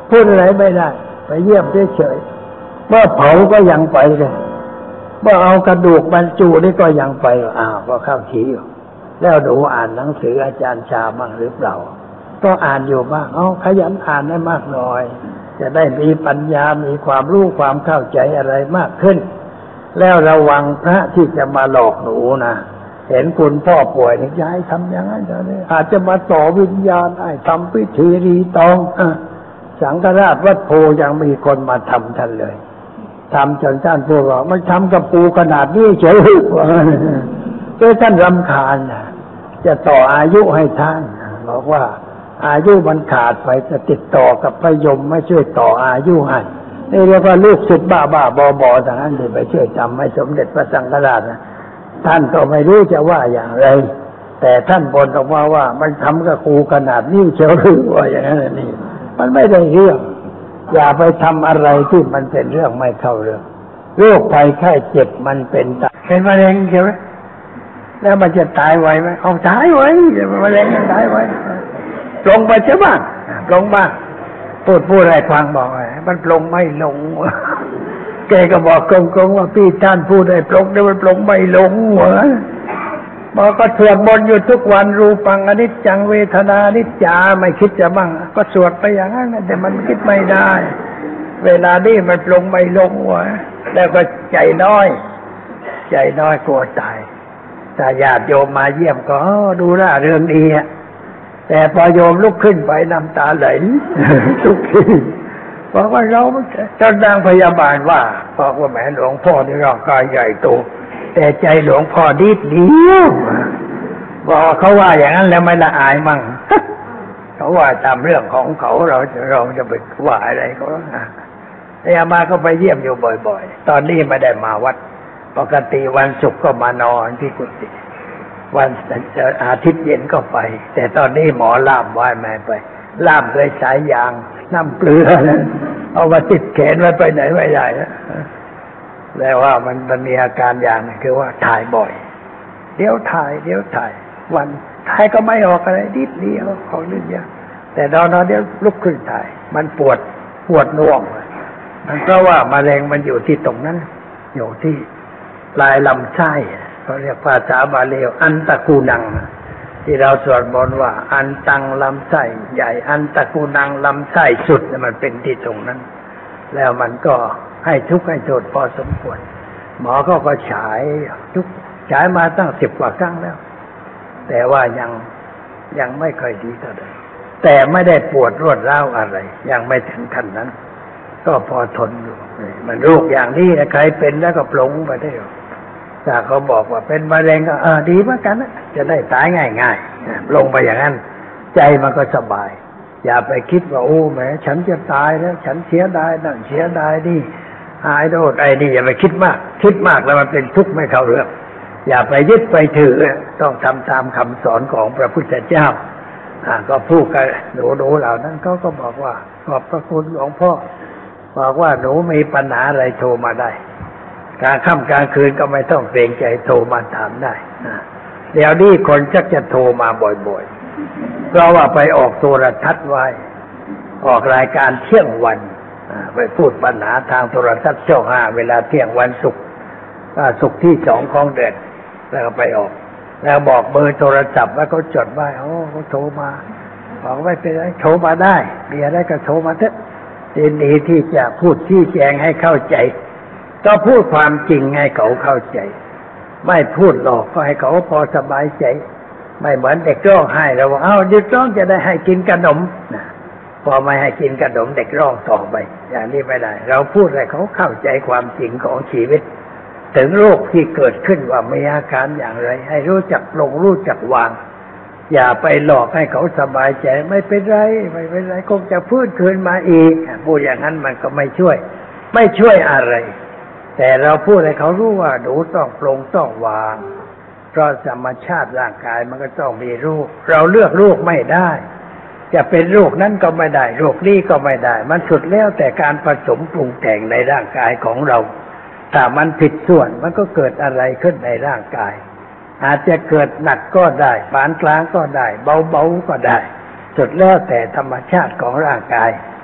พูดอะไรไม่ได้ไปเยี่ยมเฉยๆเมื่อเผาก็ยังไปเลยเมื่อเอากระดูกบรรจุนี่ก็ยังไปอ้าวก็เข้าทีอยู่แล้วดูอ่านหนังสืออาจารย์ชาบ้างหรือเปล่าก็อ่านอยู่บ้างเอาขยันอ่านให้มากหน่อยจะได้มีปัญญามีความรู้ความเข้าใจอะไรมากขึ้นแล้วระวังพระที่จะมาหลอกหนูนะเห็นคุณพ่อป่วยนี่ยายทำอย่างนั้นเลยอาจจะมาต่อวิญญาณให้ทำพิธีรีตองสังฆราชวัดโพยังมีคนมาทำท่านเลยทำจนท่านพูดว่ามันทำกับปูขนาดนี้เฉยเพื่อท่านรำคาญจะต่ออายุให้ท่านบอกว่าอายุมันขาดไปจะติดต่อกับพระยมไม่ช่วยต่ออายุให้นี่เรียกว่าลูกศิษย์บ้าบ้าบอบอทางนั้นเลยไปช่วยทำให้สมเด็จพระสังฆราชนะท่านก็ไม่รู้จะว่าอย่างไรแต่ท่านบ่นออกมาว่ามันทำกับครูขนาดนี้เชียวหรือว่าอย่างนั้นนี่มันไม่ได้เรื่องอย่าไปทำอะไรที่มันเป็นเรื่องไม่เข้าเรื่องโรคภัยไข้เจ็บมันเป็นตายเป็นมะเร็งใช่ไหมแล้วมันจะตายไวไหมเอาตายไวมะเร็งตายไวลงไปใช่บ้างลงบ้างพูดพูดอะไรฟังบอกไงมันลงไม่ลงแกก็บอกกงๆว่าพี่ท่านพูดได้ปลงแต่มันปลงไม่ลงหัวบอกก็สวดมนต์อยู่ทุกวันรูปังอนิจจังเวทนานิจจาไม่คิดจะบ้างก็สวดไปอย่างนั้นแต่มันคิดไม่ได้เวลานี้มันปลงไม่ลงหัวแล้วก็ใจน้อยใจน้อยกลัวตายถ้าญาติโยมมาเยี่ยมก็ดูร่าเริงดีอ่ะแต่พอโยมลุกขึ้นไปน้ำตาไหลทุกทีบอกว่าเราเจ้านางพยาบาลว่าบอกว่าแม่หลวงพ่อนี่ร่างกายใหญ่โตแต่ใจหลวงพ่อนิดเดียวบอกเขาว่าอย่างนั้นแล้วไม่ละอายมั่งเขาว่าตามเรื่องของเขาเราจะเราจะไปว่าอะไรเขาแต่อามาก็ไปเยี่ยมอยู่บ่อยๆตอนนี้ไม่ได้มาวัดปกติวันศุกร์ก็มานอนที่กุฏิวันอาทิตย์เย็นก็ไปแต่ตอนนี้หมอล่ามไว้ไม่ไปล่ามด้วยสายยางน้ำเกลือนะเอามาติดแขนไว้ไปไหนไม่ได้นะแต่ว่ามันมันมีอาการอย่างนึงคือว่าถ่ายบ่อยเดี๋ยวถ่ายเดี๋ยวถ่ายวันถ่ายก็ไม่ออกอะไรนิดเดียวของนิดเดียวแต่ตอนนั้นเดี๋ยวลุกขึ้นถ่ายมันปวดปวดน่วงมันเพราะว่ามะเร็งมันอยู่ที่ตรงนั้นอยู่ที่ปลายลำไส้เขาเรียกภาษาบาลีอันตะกูนังที่เราสวดมนต์ว่าอันตังลำไส้ใหญ่อันตะกูนังลำไส้สุดมันเป็นที่ตรงนั้นแล้วมันก็ให้ทุกข์ให้โทษพอสมควรหมอเขาก็ฉายทุกฉายมาตั้งสิบกว่าครั้งแล้วแต่ว่ายังยังไม่ค่อยดีเท่าไหร่แต่ไม่ได้ปวดรวดร้าวอะไรยังไม่ถึงขั้นนั้นก็พอทนอยู่มันโรคอย่างนี้นะใครเป็นแล้วก็ปลงไปได้ถ้าเขาบอกว่าเป็นมะเร็งก็เออดีเหมือนกันนะจะได้ตายง่ายๆลงไปอย่างนั้นใจมันก็สบายอย่าไปคิดว่าโอ้แหมฉันจะตายแล้วฉันเสียดายนั่นเสียดายนี่หายโรคไอ้นี่อย่าไปคิดมากคิดมากแล้วมันเป็นทุกข์ไม่เข้าเรื่องอย่าไปยึดไปถือต้องทำตามคำสอนของพระพุทธเจ้าอ่าก็พูดกับหนูๆเหล่านั้นเขาก็บอกว่าขอบพระคุณหลวงพ่อบอกว่าหนูมีปัญหาอะไรโทรมาได้กลางค่ำกลางคืนก็ไม่ต้องเกรงใจโทรมาถามได้เดี๋ยวนี้คนชักจะโทรมาบ่อยๆเพราะว่าไปออกโทรทัศน์ไว้ออกรายการเที่ยงวันไปพูดปัญหาทางโทรทัศน์ช่องห้าเวลาเที่ยงวันศุกร์ศุกร์ที่สองของเดือนแล้วก็ไปออกแล้วบอกเบอร์โทรศัพท์แล้วเขาจดไว้โอ้เขาโทรมาบอกไม่เป็นไรโทรมาได้มีอะไรก็โทรมาเถอะยินดีที่จะพูดชี้แจงให้เข้าใจก็พูดความจริงให้เขาเข้าใจไม่พูดหลอกก็ให้เขาพอสบายใจไม่เหมือนเด็กร้องไห้แล้วว่าเอ้าเด็กร้องจะได้ให้กินขนมนะพอไม่ให้กินขนมเด็กร้องต่อไปอย่างนี้ไม่ได้เราพูดให้เขาเข้าใจความจริงของชีวิตถึงโรคที่เกิดขึ้นว่ามีอาการอย่างไรให้รู้จักปลงรู้จักวางอย่าไปหลอกให้เขาสบายใจไม่เป็นไรไม่เป็นไรคงจะฟื้นคืนมาอีกพูดอย่างนั้นมันก็ไม่ช่วยไม่ช่วยอะไรแต่เราพูดให้เขารู้ว่าหนูต้องปลงต้องวางเพราะธรรมชาติร่างกายมันก็ต้องมีรูปเราเลือกรูปไม่ได้จะเป็นโรคนั้นก็ไม่ได้โรคนี้ก็ไม่ได้มันสุดแล้วแต่การผสมปรุงแต่งในร่างกายของเราถ้ามันผิดส่วนมันก็เกิดอะไรขึ้นในร่างกายอาจจะเกิดหนักก็ได้ปานกลางก็ได้เบาๆก็ได้สุดแล้วแต่ธรรมชาติของร่างกาย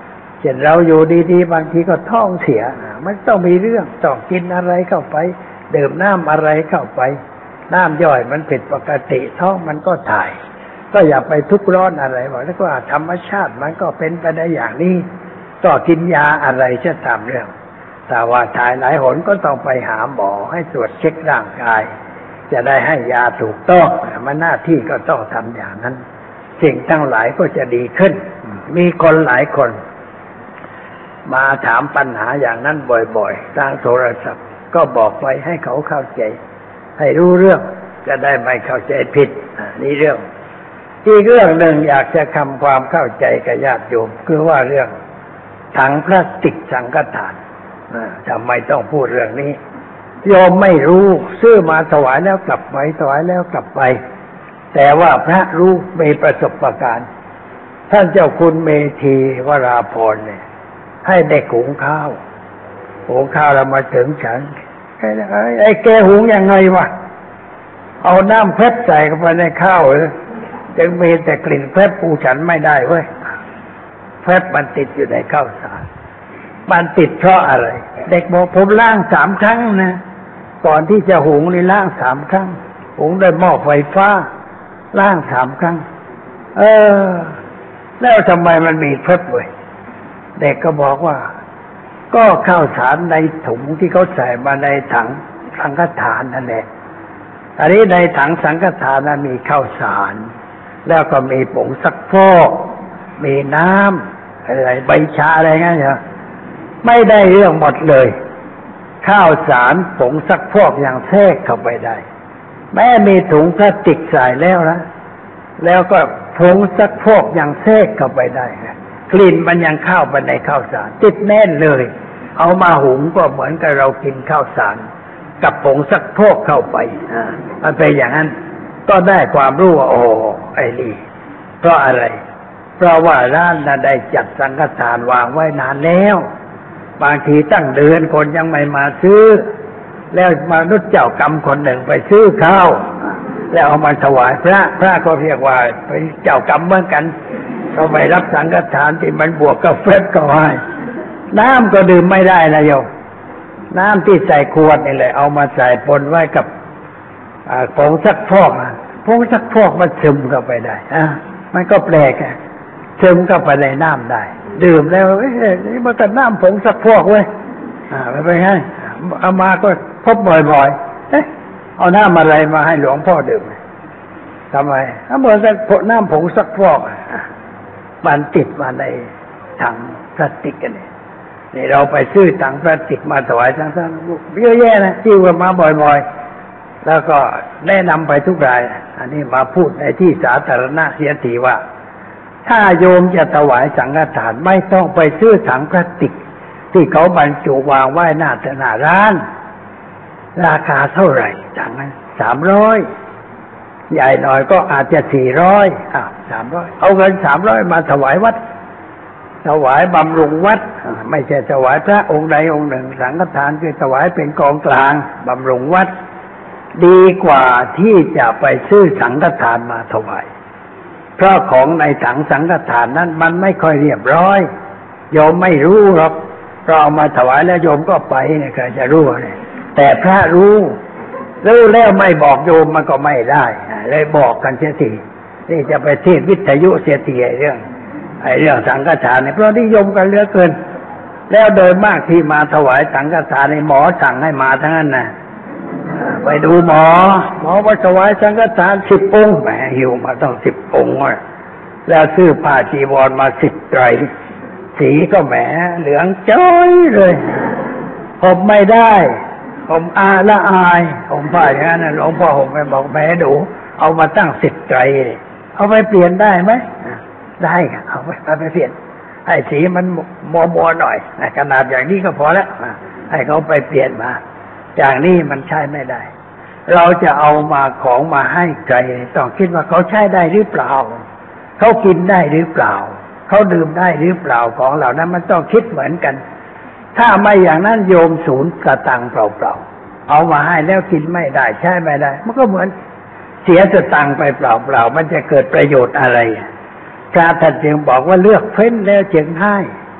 เช่นเราอยู่ดีๆบางทีก็ท้องเสียมันต้องมีเรื่องต้องกินอะไรเข้าไปดื่มน้ำอะไรเข้าไปน้ำย่อยมันผิดปกติท้องมันก็ถ่ายก็อย่าไปทุกข์ร้อนอะไรบอกแล้วก็ธรรมชาติมันก็เป็นไปได้อย่างนี้ก็กินยาอะไรจะตามเรื่องแต่ว่าถ่ายหลายหนก็ต้องไปหาหมอให้ตรวจเช็คร่างกายจะได้ให้ยาถูกต้องมันหน้าที่ก็ต้องทำอย่างนั้นสิ่งทั้งหลายก็จะดีขึ้นมีคนหลายคนมาถามปัญหาอย่างนั้นบ่อยๆทางโทรศัพท์ก็บอกไปให้เขาเข้าใจให้รู้เรื่องจะได้ไม่เข้าใจผิดนี่เรื่องอีกเรื่องหนึ่งอยากจะทำความเข้าใจกับญาติโยมคือว่าเรื่องถังพลาสติกสังฆทานทำไมต้องพูดเรื่องนี้โยมไม่รู้ซื้อมาถวายแล้วกลับไปถวายแล้วกลับไปแต่ว่าพระรู้มีประสบการณ์ท่านเจ้าคุณเมธีวราพรเนี่ยให้เด็กหุงข้าวหุงข้าวแล้วมาถึงฉันไอ้ไอ้แกหุงยังไงวะเอาน้ำเพชรใส่เข้าไปในข้าวเลยจึงมีแต่กลิ่นเพชรปูฉันไม่ได้เว้ยเพชรมันติดอยู่ในข้าวสารมันติดเพราะอะไรเด็กบอกผมล้างสามครั้งนะก่อนที่จะหุงนี่ล้างสามครั้งหุงด้วยหม้อไฟฟ้าล้างสามครั้งเออแล้วทำไมมันมีเพชรเว้ยเด็กก็บอกว่าก็ข้าวสารในถุงที่เขาใส่มาในถังสังฆทานนั่นแหละอันนี้ในถังสังฆทานนั้นมีข้าวสารแล้วก็มีผงซักฟอกมีน้ำอะไรใบชาอะไรงั้นเหรอไม่ได้เรื่องหมดเลยข้าวสารผงซักฟอกอย่างแทรกเข้าไปได้แม้มีถุงพลาสติกใส่แล้วนะแล้วก็ผงซักฟอกอย่างแทรกเข้าไปได้กลิ่นมันยังเข้าไปในข้าวสารติดแน่นเลยเอามาหุงก็เหมือนกับเรากินข้าวสารกับผงซักฟอกเข้าไปอ่ามันเป็นอย่างนั้นก็ได้ความรู้ว่าโอ้ไอ้นี่เพราะอะไรเพราะว่าร้านน่ะได้จัดสังฆทานวางไว้นานแล้วบางทีตั้งเดือนคนยังไม่มาซื้อแล้วมนุษย์เจ้ากรรมคนหนึ่งไปซื้อข้าวแล้วเอามาถวายพระพระก็เรียกว่าเป็นเจ้ากรรมเหมือนกันเราไปรับสังฆทานที่มันบวกกับเฟสก็ให้น้ำก็ดื่มไม่ได้นะโยมน้ำที่ใส่ขวดนี่แหละเอามาใส่ปนไว้กับผงซักฟอกผงซักฟอกมันซึมเข้าไปได้อ่ะมันก็แปลกอ่ะซึมเข้าไปในน้ำได้ดื่มแล้วเอ้ยนี่มันก็น้ำผงซักฟอกเว้ยอ่าไม่เป็นไงเอามาก็พบบ่อยๆเอ๊ะเอาน้ำอะไรมาให้หลวงพ่อดื่มทำไมถ้าเหมือนกับน้ำผงซักฟอกมันติดมาในถังพลาสติกกันเนี่ยนี่เราไปซื้อถังพลาสติกมาถวายทั้งท่านเยอะแยะนะที่ว่ามาบ่อยๆแล้วก็แนะนำไปทุกรายอันนี้มาพูดในที่สาธารณะเสียทีว่าถ้าโยมจะถวายสังฆทานไม่ต้องไปซื้อถังพลาสติกที่เขาบรรจุวางไว้หน้าหน้าร้านราคาเท่าไหร่ถังนั้นสามร้อยใหญ่หน่อยก็อาจจะสี่ร้อยอ้าวสามร้อยเอาเงินสามร้อยมาถวายวัดถวายบำรุงวัดไม่ใช่ถวายพระองค์ใดองค์หนึ่งสังฆทานคือถวายเป็นกองกลางบำรุงวัดดีกว่าที่จะไปซื้อสังฆทานมาถวายเพราะของในถังสังฆทานนั้นมันไม่ค่อยเรียบร้อยโยมไม่รู้หรอกเราเอามาถวายแล้วโยมก็ไปเนี่ยก็จะรู้เนี่ยแต่พระรู้รู้แล้วไม่บอกโยมมันก็ไม่ได้เลยบอกกันเสียทีนี่จะไปเทศวิทยุเสียทีไอ้เรื่องไอ้เรื่องสังฆทานเนี่ยเพราะนิยมกันเหลือเกินแล้วโดยมากที่มาถวายสังฆทานในหมอสั่งให้มาทั้งนั้นนะไปดูหมอหมอว่าถวายสังฆทานสิบองค์แหมหิวมาต้องสิบองค์แล้วซื้อผ้าจีวรมาสิบไตรสีก็แหมเหลืองจ้อยเลยผมไม่ได้ผมอาละอายผมผ้าอย่างนั้นหลวงพ่อผมไปบอกแม่ดูเอามาตั้งสิบไตรเอาไปเปลี่ยนได้ไหมได้ค่ะเอาไปเอาไปเปลี่ยนให้สีมันมัวมัวหน่อยขนาดอย่างนี้ก็พอแล้วให้เขาไปเปลี่ยนมาอย่างนี้มันใช้ไม่ได้เราจะเอามาของมาให้ใครต้องคิดว่าเขาใช้ได้หรือเปล่าเขากินได้หรือเปล่าเขาดื่มได้หรือเปล่าของเหล่านั้นมันต้องคิดเหมือนกันถ้าไม่อย่างนั้นโยมศูนย์กระตังเปล่าๆเอามาให้แล้วกินไม่ได้ใช้ไม่ได้มันก็เหมือนเสียสตังค์ไปเปล่าๆมันจะเกิดประโยชน์อะไรพระท่านจึงบอกว่าเลือกเฟ้นแล้วจึงให้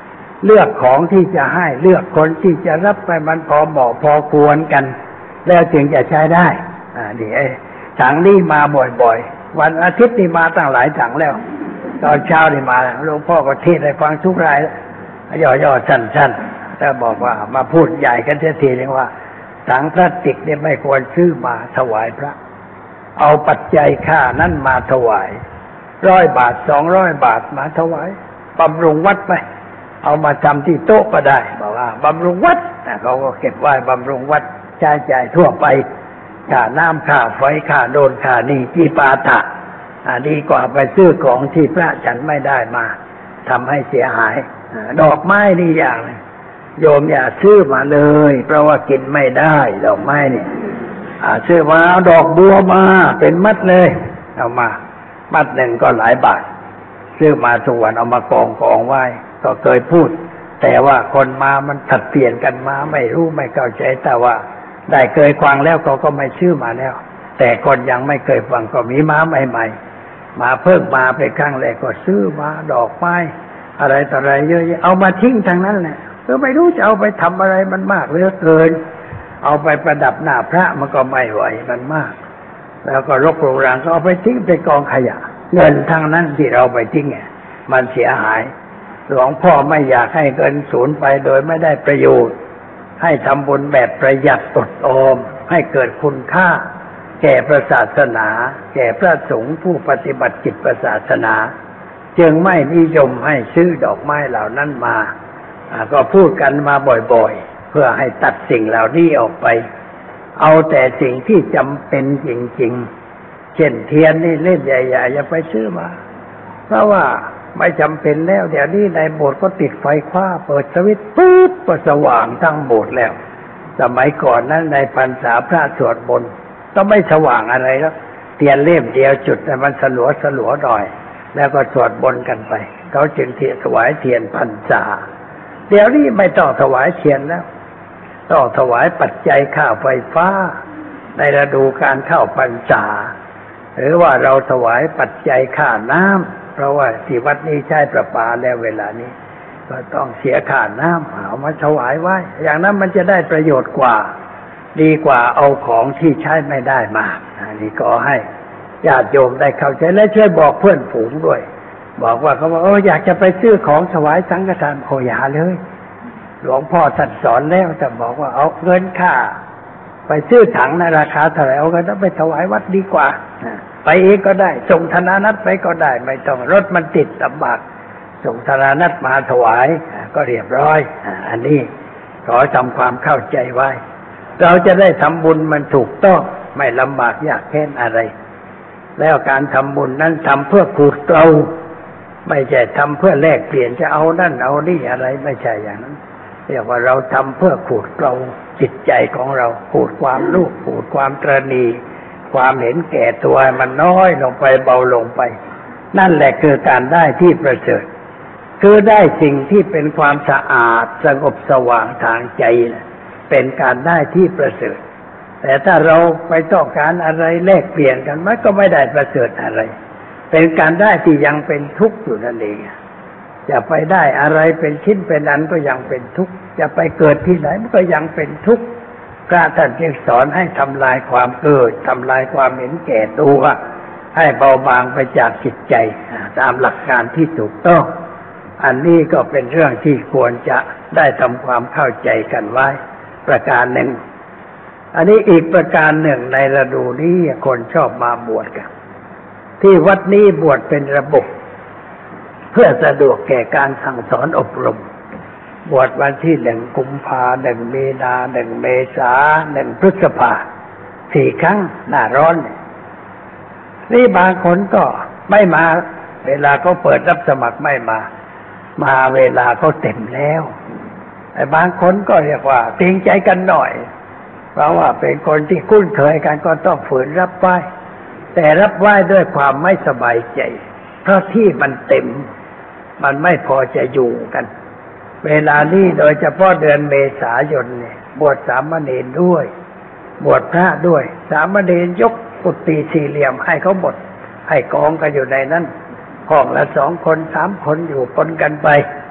เลือกของที่จะให้เลือกคนที่จะรับไปมันพอเหมาะพอควรกันแล้วจึงจะใช้ได้อ่านี่ไอ้ถังนี้มาบ่อยๆวันอาทิตย์นี่มาตั้งหลายถังแล้วตอนเช้านี่มาหลวงพ่อก็เทศน์ให้ฟังทุกรายย่อๆสั้นๆแล้วบอกว่ามาพูดใหญ่กันเสียทีนึงว่าถังพลาสติกเนี่ยไม่ควรซื้อมาถวายพระเอาปัจจัยค่านั้นมาถวายร้อยบาทสองร้อยบาทมาถวายบำรุงวัดไปเอามาทำที่โต๊ะก็ได้บอกว่าบำรุงวัดเขาก็เก็บไว้บำรุงวัดใช้จ่ายทั่วไปค่าน้ำค่าไฟค่าโดนค่านี่ที่ปาถะดีกว่าไปซื้อของที่พระฉันไม่ได้มาทำให้เสียหายดอกไม้นี่อย่างโยมอย่าซื้อมาเลยเพราะว่ากินไม่ได้ดอกไม้นี่ซื้อมาเอาดอกบัวมาเป็นมัดเลยเอามามัดหนึ่งก็หลายบาทซื้อมาทุกวันเอามากองกองไว้ก็เคยพูดแต่ว่าคนมามันถัดเปลี่ยนกันมาไม่รู้ไม่เข้าใจแต่ว่าได้เคยฟังแล้วเขาก็ไม่ชื่อมาแล้วแต่คนยังไม่เคยฟังก็มีมาใหม่ๆมาเพิ่มมาไปครั้งแรกก็ซื้อมาดอกไม้อะไรต่ออะไรเยอะแยะเอามาทิ้งทางนั้นแหละก็ไม่รู้จะเอาไปทำอะไรมันมากเหลือเกินเอาไปประดับหน้าพระมันก็ไม่ไหวมันมากแล้วก็รกโรงรังก็เอาไปทิ้งไปกองขยะเงินทางนั้นที่เราไปทิ้งเนี่ยมันเสียหายหลวงพ่อไม่อยากให้เงินสูญไปโดยไม่ได้ประโยชน์ให้ทำบุญแบบประหยัดอดออมให้เกิดคุณค่าแก่พระศาสนาแก่พระสงฆ์ผู้ปฏิบัติกิจพระศาสนาจึงไม่นิยมให้ซื้อดอกไม้เหล่านั้นมาก็พูดกันมาบ่อยๆเพื่อให้ตัดสิ่งเหล่านี้ออกไปเอาแต่สิ่งที่จำเป็นจริงๆเช่นเทียนนี่เล่มใหญ่ๆอย่าไปซื้อมาเพราะว่าไม่จำเป็นแล้วเดี๋ยวนี้ในโบสถ์ก็ติดไฟฟ้าเปิดสวิตช์ปุ๊บก็สว่างทั้งโบสถ์แล้วสมัยก่อนนั้นในพรรษาพระสวดมนต์ก็ไม่สว่างอะไรแล้วเทียนเล่มเดียวจุดแต่มันสลัวสลัวหน่อยแล้วก็สวดมนต์กันไปเขาจึงเทียนถวายเทียนพรรษาเดี๋ยวนี้ไม่ต้องถวายเทียนแล้วต้องถวายปัจจัยค่าไฟฟ้าในฤดูการเข้าพรรษาหรือว่าเราถวายปัจจัยค่าน้ำเพราะว่าที่วัดนี้ใช้ประปาแล้วเวลานี้ก็ต้องเสียค่าน้ำเอามาถวายไว้อย่างนั้นมันจะได้ประโยชน์กว่าดีกว่าเอาของที่ใช้ไม่ได้มาอันนี้ก็ให้ญาติโยมได้เข้าใจและช่วยบอกเพื่อนฝูงด้วยบอกว่าเขาบอกโอ้อยากจะไปซื้อของถวายสังฆทานโคอย่าเลยหลวงพ่อท่านสอนแล้วแต่บอกว่าเอาเงินค่าไปซื้อถังในราคาเท่าไหร่เอาเงินนั้นไปถวายวัดดีกว่าไปเองก็ได้ส่งธนานัตไปก็ได้ไม่ต้องรถมันติดลำบากส่งธนานัตมาถวายก็เรียบร้อยอันนี้ขอทำความเข้าใจไว้เราจะได้ทำบุญมันถูกต้องไม่ลำบากยากแค้นอะไรแล้วการทำบุญนั้นทำเพื่อขูดเกลาไม่ใช่ทำเพื่อแลกเปลี่ยนจะเอานั่นเอานี่อะไรไม่ใช่อย่างนั้นเรียกว่าเราทำเพื่อขูดเกลาจิตใจของเราขูดความโลภขูดความตระหนี่ความเห็นแก่ตัวมันน้อยลงไปเบาลงไปนั่นแหละคือการได้ที่ประเสริฐคือได้สิ่งที่เป็นความสะอาดสงบสว่างทางใจเป็นการได้ที่ประเสริฐแต่ถ้าเราไปต้องการอะไรแลกเปลี่ยนกันมันก็ไม่ได้ประเสริฐอะไรเป็นการได้ที่ยังเป็นทุกข์อยู่นั่นเองจะไปได้อะไรเป็นชิ้นเป็นอันก็ยังเป็นทุกข์จะไปเกิดที่ไหนมันก็ยังเป็นทุกข์พระท่านจึงสอนให้ทำลายความเกิดทำลายความเห็นแก่ตัวให้เบาบางไปจากจิตใจตามหลักการที่ถูกต้องอันนี้ก็เป็นเรื่องที่ควรจะได้ทำความเข้าใจกันไว้ประการหนึ่งอันนี้อีกประการหนึ่งในฤดูนี้คนชอบมาบวชกันที่วัดนี้บวชเป็นระบบเพื่อสะดวกแก่การสั่งสอนอบรมบวชวันที่หนึ่งกุมภาหนึ่งมีนาหนึ่งเมษาหนึ่งพฤษภาสี่ครั้งหน้าร้อนนี่บางคนก็ไม่มาเวลาเขาเปิดรับสมัครไม่มามาเวลาเขาเต็มแล้วไอ้บางคนก็เรียกว่าเกรงใจกันหน่อยเพราะว่าเป็นคนที่คุ้นเคยกันก็ต้องฝืนรับไหว้แต่รับไหว้ด้วยความไม่สบายใจเพราะที่มันเต็มมันไม่พอจะอยู่กันเวลานี้โดยเฉพาะเดือนเมษายนเนี่ยบวชสามเณรด้วยบวชพระด้วยสามเณรยกกุฏิสี่เหลี่ยมให้เขาหมดให้กองกันอยู่ในนั้นห้องละสองคนสามคนอยู่ปนกันไป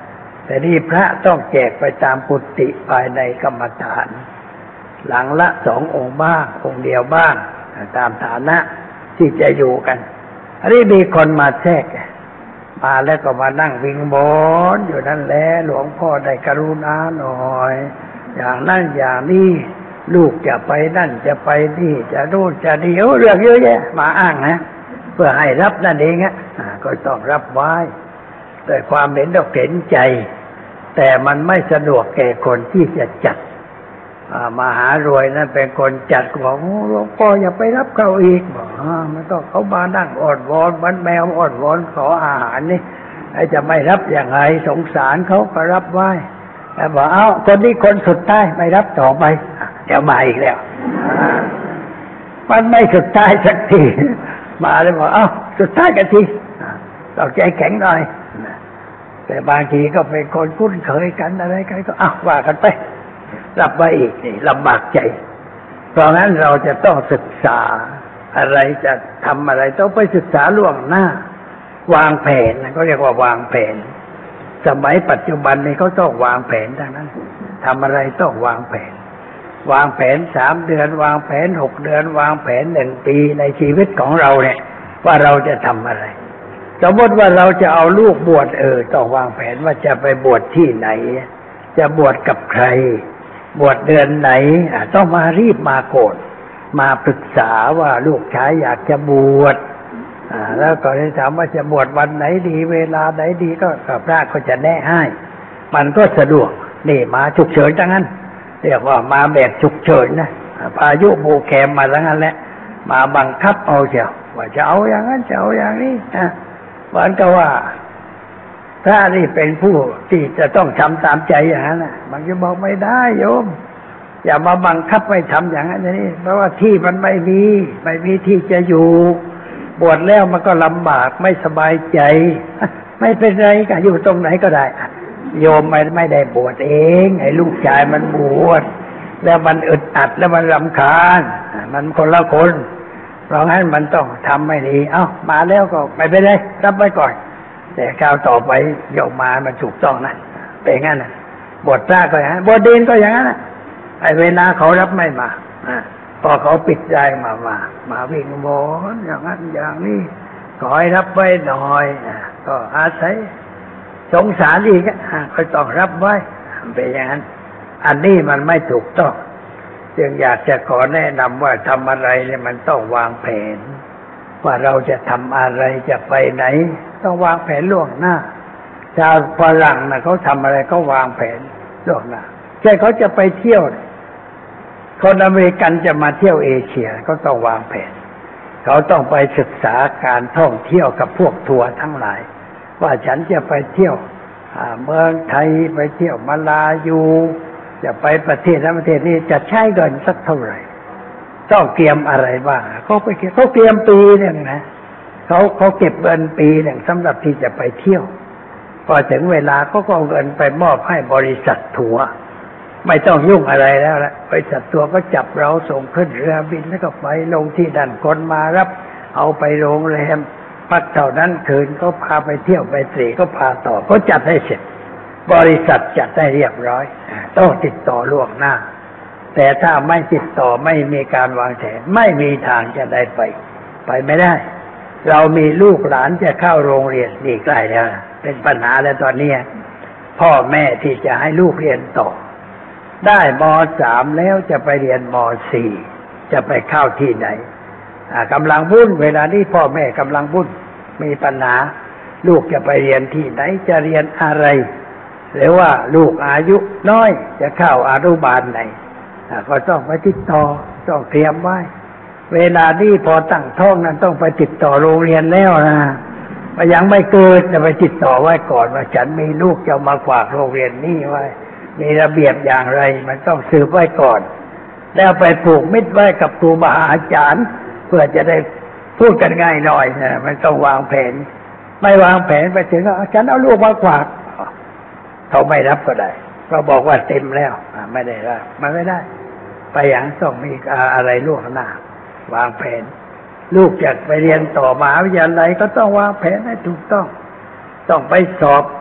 แต่นี่พระต้องแจกไปตามกุฏิภายในกรรมฐานหลังละสององค์บ้างองค์เดียวบ้างตามฐานะที่จะอยู่กันอันนี้มีคนมาแทรกมาแล้วก็มานั่งวิงบอนอยู่นั่นแหละหลวงพ่อได้กรุณาหน่อยอย่างนั่นอย่างนี้ลูกจะไปนั่นจะไปนี่จะโน่นจะนี่เรื่องเยอะแยะมาอ้างนะเพื่อให้รับนั่นเองอ่ะก็ต้องรับไว้ด้วยความเห็นอกเห็นใจแต่มันไม่สะดวกแก่คนที่จะจัดมหารวยนั่นเป็นคนจัดบอกหลวงพ่ออย่าไปรับเขาอีกบอกมันต้องเขามานั่งอ่อนวอนมันแมวอ่อนวอนขออาหารนี่ไอ้จะไม่รับอย่างไรสงสารเขาก็รับไว้แต่บอกเอ้าคนนี้คนสุดท้ายไม่รับต่อไปเดี๋ยวมาอีกแล้วมันไม่สุดท้ายสักทีมาเลยบอกเอ้าสุดท้ายกันทีต้องใจแข็งหน่อยแต่บางทีก็เป็นคนคุ้นเคยกันอะไรกันก็อ้าวว่ากันไปรับไว้อีกนี่ลำบากใจเพราะงั้นเราจะต้องศึกษาอะไรจะทำอะไรต้องไปศึกษาล่วงหน้าวางแผนก็เรียกว่าวางแผนสมัยปัจจุบันนี้เขาต้องวางแผนทั้งนั้นทำอะไรต้องวางแผนวางแผนสามเดือนวางแผนหกเดือนวางแผนหนึ่งปีในชีวิตของเราเนี่ยว่าเราจะทำอะไรสมมติว่าเราจะเอาลูกบวชเออต้องวางแผนว่าจะไปบวชที่ไหนจะบวชกับใครบวชเดือนไหนต้องมารีบมาโกรธมาปรึกษาว่าลูกชายอยากจะบวชแล้วก็ได้ถามว่าจะบวชวันไหนดีเวลาไหนดีก็พระก็จะแนะให้มันก็สะดวกนี่มาฉุกเฉินทั้งนั้นเรียกว่ามาแบบฉุกเฉินนะพายุโบแคมมาทั้งนั้นแหละมาบังคับเอาเชียวว่าจะเอาอย่างนั้นจะเอาอย่างนี้นะมันก็ว่าพระนี่เป็นผู้ที่จะต้องทำตามใจอย่างนั้นนะมันจะบอกไม่ได้โยมอย่ามาบังคับไม่ทำอย่างนั้นนี่เพราะว่าที่มันไม่มีไม่มีที่จะอยู่บวชแล้วมันก็ลำบากไม่สบายใจไม่เป็นไรก็อยู่ตรงไหนก็ได้โยมไม่ไม่ได้บวชเองไอ้ลูกชายมันบวชแล้วมันอึดอัดแล้วมันรำคาญมันคนละคนเพราะงั้นมันต้องทำไม่ดีเอ้ามาแล้วก็ไม่เป็นไรรับไว้ก่อนแต่คราวต่อไปโยมมามันถูกต้องนะเป็นงั้นนะบวชพระก็อย่างนั้นบวชเดนก็อย่างนั้นนะไอ้เวลาเขารับไม่มาพอเขาปิดใจมามามาวิ่งบนอย่างนั้นอย่างนี้ขอให้รับไว้หน่อยก็อาศัยสงสารอีกก็ต้องรับไว้เป็นอย่างนั้นอันนี้มันไม่ถูกต้องจึงอยากจะขอแนะนำว่าทำอะไรเนี่ยมันต้องวางแผนว่าเราจะทำอะไรจะไปไหนต้องวางแผนล่วงหน้าชาวฝรั่งนะเขาทำอะไรก็วางแผนล่วงหน้าใช่เขาจะไปเที่ยวคนอเมริกันจะมาเที่ยวเอเชียก็ต้องวางแผนเขาต้องไปศึกษาการท่องเที่ยวกับพวกทัวร์ทั้งหลายว่าฉันจะไปเที่ยวเมืองไทยไปเที่ยวมาลายูจะไปประเทศนั้นประเทศนี้จะใช้เงินสักเท่าไหร่ต้องเตรียมอะไรบ้างเขาไปเขาเตรียมปีหนึ่งนะเขาเขาเก็บเงินปีหนึ่งสำหรับที่จะไปเที่ยวพอถึงเวลาเขาก็เอาเงินไปมอบให้บริษัททัวร์ไม่ต้องยุ่งอะไรแล้วละบริษัททัวร์ก็จับเราส่งขึ้นเรือบินแล้วก็ไปลงที่นั่นคนมารับเอาไปโรงแรมพักเท่านั้นคืนก็พาไปเที่ยวไปตรีก็พาต่อก็จัดให้เสร็จบริษัทจัดได้เรียบร้อยต้องติดต่อล่วงหน้าแต่ถ้าไม่ติดต่อไม่มีการวางแผนไม่มีทางจะได้ไปไปไม่ได้เรามีลูกหลานจะเข้าโรงเรียนนี่ใกล้แล้วเป็นปัญหาแล้วตอนนี้พ่อแม่ที่จะให้ลูกเรียนต่อได้ม.สาม แล้วจะไปเรียนม.สี่ จะไปเข้าที่ไหนกำลังวุ่นเวลานี้พ่อแม่กำลังวุ่นมีปัญหาลูกจะไปเรียนที่ไหนจะเรียนอะไรหรือว่าลูกอายุน้อยจะเข้าอนุบาลไหนก็ต้องไปติดต่อต้องเตรียมไว้เวลานี้พอตั้งท้องนั้นต้องไปติดต่อโรงเรียนแล้วนะยังไม่เกิดจะไปติดต่อไว้ก่อนว่าฉันมีลูกจะมาฝากโรงเรียนนี้ไว้มีระเบียบอย่างไรมันต้องสืบไว้ก่อนแล้วไปผูกมิตรไว้กับครูบาอาจารย์เพื่อจะได้พูดกันง่ายหน่อยนะมันต้องวางแผนไม่วางแผนไปถึงว่าฉันเอาลูกมาฝากเขาไม่รับก็ได้ก็บอกว่าเต็มแล้วไม่ได้รับมันไม่ได้ไปอย่างต้องมีอะไรล่วงหน้าวางแผนลูกจะไปเรียนต่อมหาวิทยาลัยก็ต้องวางแผนให้ถูกต้องต้องไปสอบ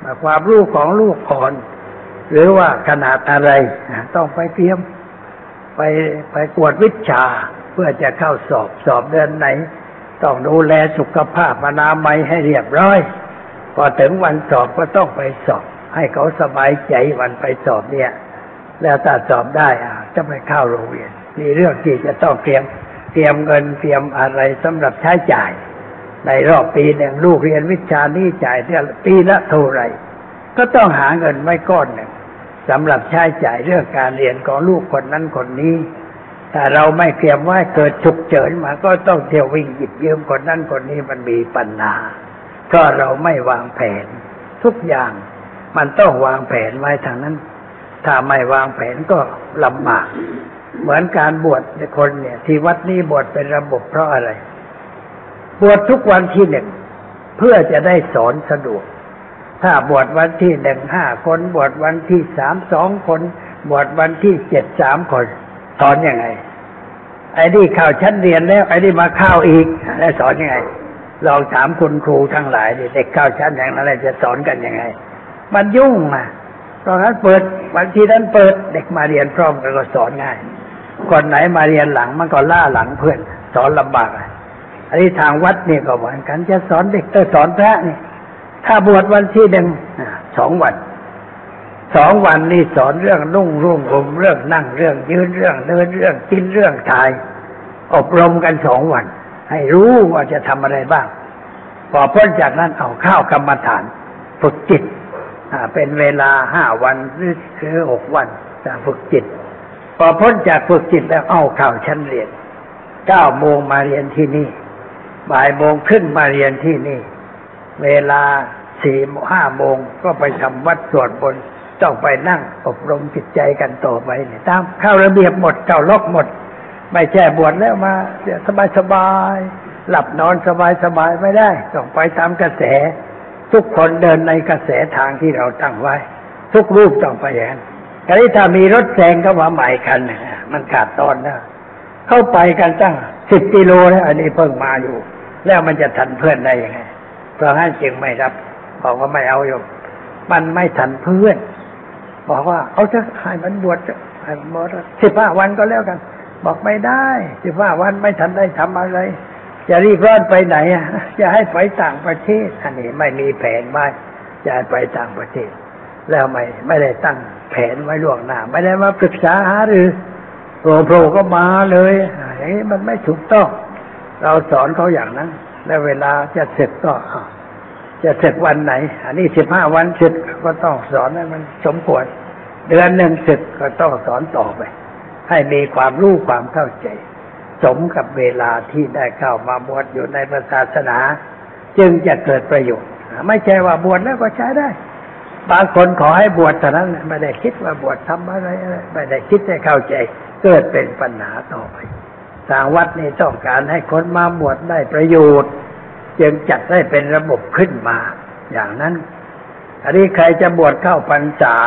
ความรู้ของลูกอ่อนหรือว่าขนาดอะไรต้องไปเตรียมไปไปกวดวิชาเพื่อจะเข้าสอบสอบเดือนไหนต้องดูแลสุขภาพอนามัยให้เรียบร้อยพอถึงวันสอบก็ต้องไปสอบให้เขาสบายใจวันไปสอบเนี่ยแล้วถ้าสอบได้อ่ะจะไปเข้าโรงเรียนมีเรื่องที่จะต้องเตรียมเตรียมเงินเตรียมอะไรสำหรับใช้จ่ายในรอบปีหนึ่งลูกเรียนวิชานี้จ่ายเดือนปีละเท่าไหร่ก็ต้องหาเงินไว้ก้อนหนึ่งสำหรับใช้จ่ายเรื่องการเรียนของลูกคนนั้นคนนี้ถ้าเราไม่เตรียมไว้เกิดฉุกเฉินมาก็ต้องเที่ยววิ่งหยิบยืมคนนั้นคนนี้มันมีปัญหาก็เราไม่วางแผนทุกอย่างมันต้องวางแผนไว้ทางนั้นถ้าไม่วางแผนก็ลำบากเหมือนการบวชคนเนี่ยที่วัดนี้บวชเป็นระบบเพราะอะไรบวชทุกวันที่หนึ่งเพื่อจะได้สอนสะดวกถ้าบวชวันที่หนึ่งห้าคนบวชวันที่สามสองคนบวชวันที่เจ็ดสามคนสอนยังไงไอ้นี่เข้าชั้นเรียนแล้วไอ้นี่มาเข้าอีกแล้วสอนยังไงลองถามคุณครูทั้งหลายดิเด็กเข้าชั้นอย่างนั้นจะสอนกันยังไงมันยุ่งอ่ะเพราะงั้นเปิดวันที่นั้นเปิดเด็กมาเรียนพร้อมกันก็สอนง่ายคนไหนมาเรียนหลังมันก็ล่าหลังเพื่อนสอนลำบากอันนี้ทางวัดนี่ก็เหมือนกันจะสอนเด็กเออสอนพระนี่ถ้าบวชวันที่หนึ่งสองวันสองวันนี่สอนเรื่องนุ่งร่มห่มเรื่องนั่งเรื่องยืนเรื่องเดินเรื่องกินเรื่องถ่ายอบรมกันสองวันให้รู้ว่าจะทำอะไรบ้างพอพ้นจากนั้นเอาเข้ากรรมฐานฝึกจิตเป็นเวลาห้าวันหรือหกวันจะฝึกจิตพอพ้นจากฝึกจิตแล้วเอาเข้าชั้นเรียนเก้าโมงมาเรียนที่นี่บ่ายโมงครึ่งมาเรียนที่นี่เวลาสี่ห้าโมงก็ไปทำวัดสวดมนต์ต้องไปนั่งอบรมจิตใจกันต่อไปเนี่ยตามเข้าระเบียบหมดเข้าล็อกหมดไม่แช่บวชแล้วมาสบายสบายหลับนอนสบายสบายไม่ได้ต้องไปตามกระแสทุกคนเดินในกระแสทางที่เราตั้งไว้ทุกรูปต้องไปอย่างนั้นคราวนี้ถ้ามีรถแซงเข้ามาใหม่คันมันขาดตอนนะเข้าไปกันตั้งสิบกิโลแล้วอันนี้เพิ่งมาอยู่แล้วมันจะทันเพื่อนได้ยังไงเพราะงั้นจึงไม่รับบอกว่าไม่เอาอยู่มันไม่ทันเพื่อนบอกว่าเอาจะให้มันบวชให้มันบวชสิบห้าวันก็แล้วกันบอกไม่ได้สิบห้าวันไม่ทันได้ทำอะไรจะรีบร้อนไปไหนอ่ะจะให้ไปต่างประเทศอันนี้ไม่มีแผนไว้จะให้ไปต่างประเทศแล้วไม่ไม่ได้ตั้งแผนไว้ล่วงหน้าไม่ได้มาปรึกษาหารือโผล่โผล่ก็มาเลยอย่างนี้มันไม่ถูกต้องเราสอนเขาอย่างนั้นแล้วเวลาจะเสร็จก็จะเสร็จวันไหนอันนี้สิบห้าวันเสร็จก็ต้องสอนให้มันสมควรเดือนหนึ่งเสร็จก็ต้องสอนต่อไปให้มีความรู้ความเข้าใจสมกับเวลาที่ได้เข้ามาบวชอยู่ในศาสนาจึงจะเกิดประโยชน์ไม่ใช่ว่าบวชแล้วก็ใช้ได้บางคนขอให้บวชเท่านั้นไม่ได้คิดว่าบวชทำอะไรอะไรไม่ได้คิดให้เข้าใจเกิดเป็นปัญหาต่อไปทางวัดนี่ต้องการให้คนมาบวชได้ประโยชน์จึงจัดให้เป็นระบบขึ้นมาอย่างนั้นอันนี้ใครจะบวชเข้าพรรษา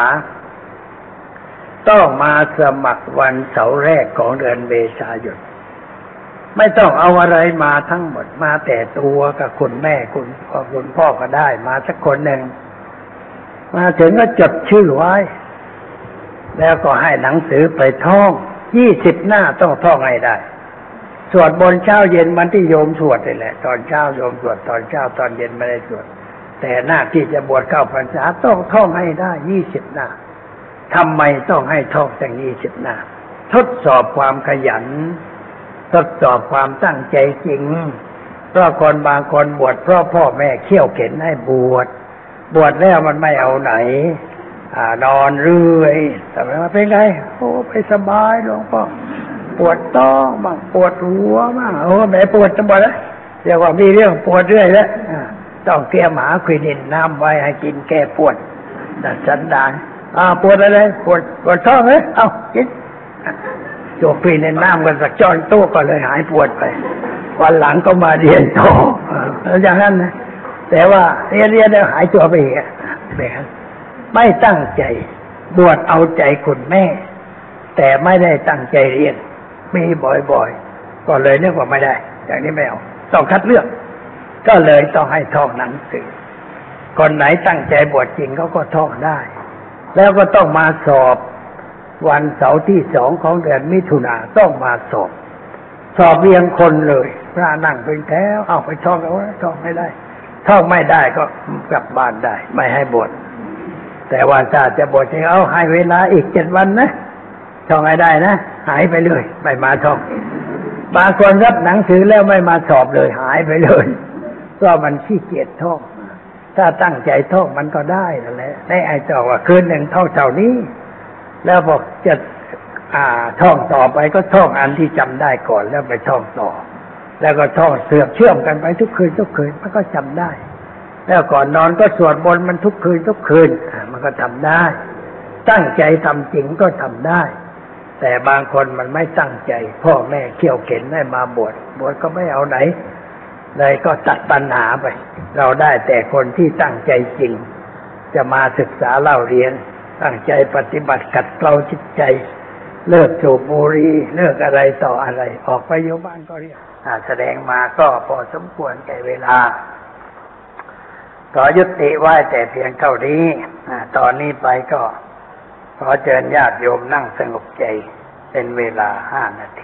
ต้องมาสมัครวันเสาร์แรกของเดือนเมษายนไม่ต้องเอาอะไรมาทั้งหมดมาแต่ตัวกับคุณแม่คุณพ่อคุณพ่อก็ได้มาสักคนหนึ่งมาถึงก็จดชื่อไว้แล้วก็ให้หนังสือไปท่องยี่สิบหน้าต้องท่องให้ได้สวดบนเช้าเย็นมันที่โยมสวดนี่แหละตอนเช้าโยมสวดตอนเช้าตอนเย็นไม่ได้สวดแต่หน้าที่จะบวชเข้าพรรษาต้องท่องให้ได้ยี่สิบหน้าทำไมต้องให้ท่องตั้งยี่สิบหน้าทดสอบความขยันทดสอบความตั้งใจจริงเพราะคนบางคนบวชเพราะพ่อแม่เขี่ยวเข็นให้บวชบวชแล้วมันไม่เอาไหนอ่านอนเรื่อยแต่ไม่มาเป็นไงโอ้ไปสบายหลวงพ่อปวดท้องบ้างปวดหัวบ้างโอ้แม่ปวดจะหมดแล้วเรียกว่ามีเรื่องปวดเรื่อยแล้วต้องเตรียมหาควินินน้ำไว้ให้กินแก้ปวดดัดสันดานอ่าปวดอะไรปวดปวดท้องเลยเอากินโจกควินินน้ำกันสักจอนโต๊ะก็เลยหายปวดไปวันหลังก็มาเรียนต่อแล้วอย่างนั้นนะแต่ว่าเรียนเรียนแล้วหายตัวไปอีกแบบไม่ตั้งใจบวชเอาใจคุณแม่แต่ไม่ได้ตั้งใจเรียนมีบ่อยๆก็เลยนึกว่าไม่ได้อย่างนี้ไม่เอาต้องคัดเลือกก็เลยต้องให้ท่องหนังสือคนไหนตั้งใจบวชจริงเขาก็ท่องได้แล้วก็ต้องมาสอบวันเสาร์ที่สองของเดือนมิถุนาต้องมาสอบสอบเรียงคนเลยพระนั่งเป็นแถวเอาไปท่องเอาไว้ท่องไม่ได้ท่องไม่ได้ก็กลับบ้านได้ไม่ให้บวชแต่ว่าถ้าจะบวชจริงเอาให้เวลาอีกเจ็ดวันนะท่องให้ได้นะหายไปเลยไม่มาท่องบางคนรับหนังสือแล้วไม่มาสอบเลยหายไปเลยก็มันขี้เกียจท่องถ้าตั้งใจท่องมันก็ได้นั่นแหละได้ไอ้เจ้าว่าคืนหนึ่งท่องเท่านี้แล้วบอกจะอ่าท่องต่อไปก็ท่องอันที่จำได้ก่อนแล้วไปท่องต่อแล้วก็ท่องเสือกเชื่อมกันไปทุกคืนทุกคืนมันก็จำได้แล้วก่อนนอนก็สวดมนต์มันทุกคืนทุกคืนมันก็ทำได้ตั้งใจทำจริงก็ทำได้แต่บางคนมันไม่ตั้งใจพ่อแม่เขี่ยวเข็นให้มาบวชบวชก็ไม่เอาไหนเลยก็ตัดปัญหาไปเราได้แต่คนที่ตั้งใจจริงจะมาศึกษาเล่าเรียนตั้งใจปฏิบัติขัดเกลาจิตใจเลิกสูบบุหรี่เลิกอะไรต่ออะไรออกไปอยู่บ้านก็เรียกแสดงมาก็พอสมควรแก่เวลาขอยุติไว้แต่เพียงเท่านี้ตอนนี้ไปก็ขอเชิญญาติโยมนั่งสงบใจเป็นเวลาห้านาที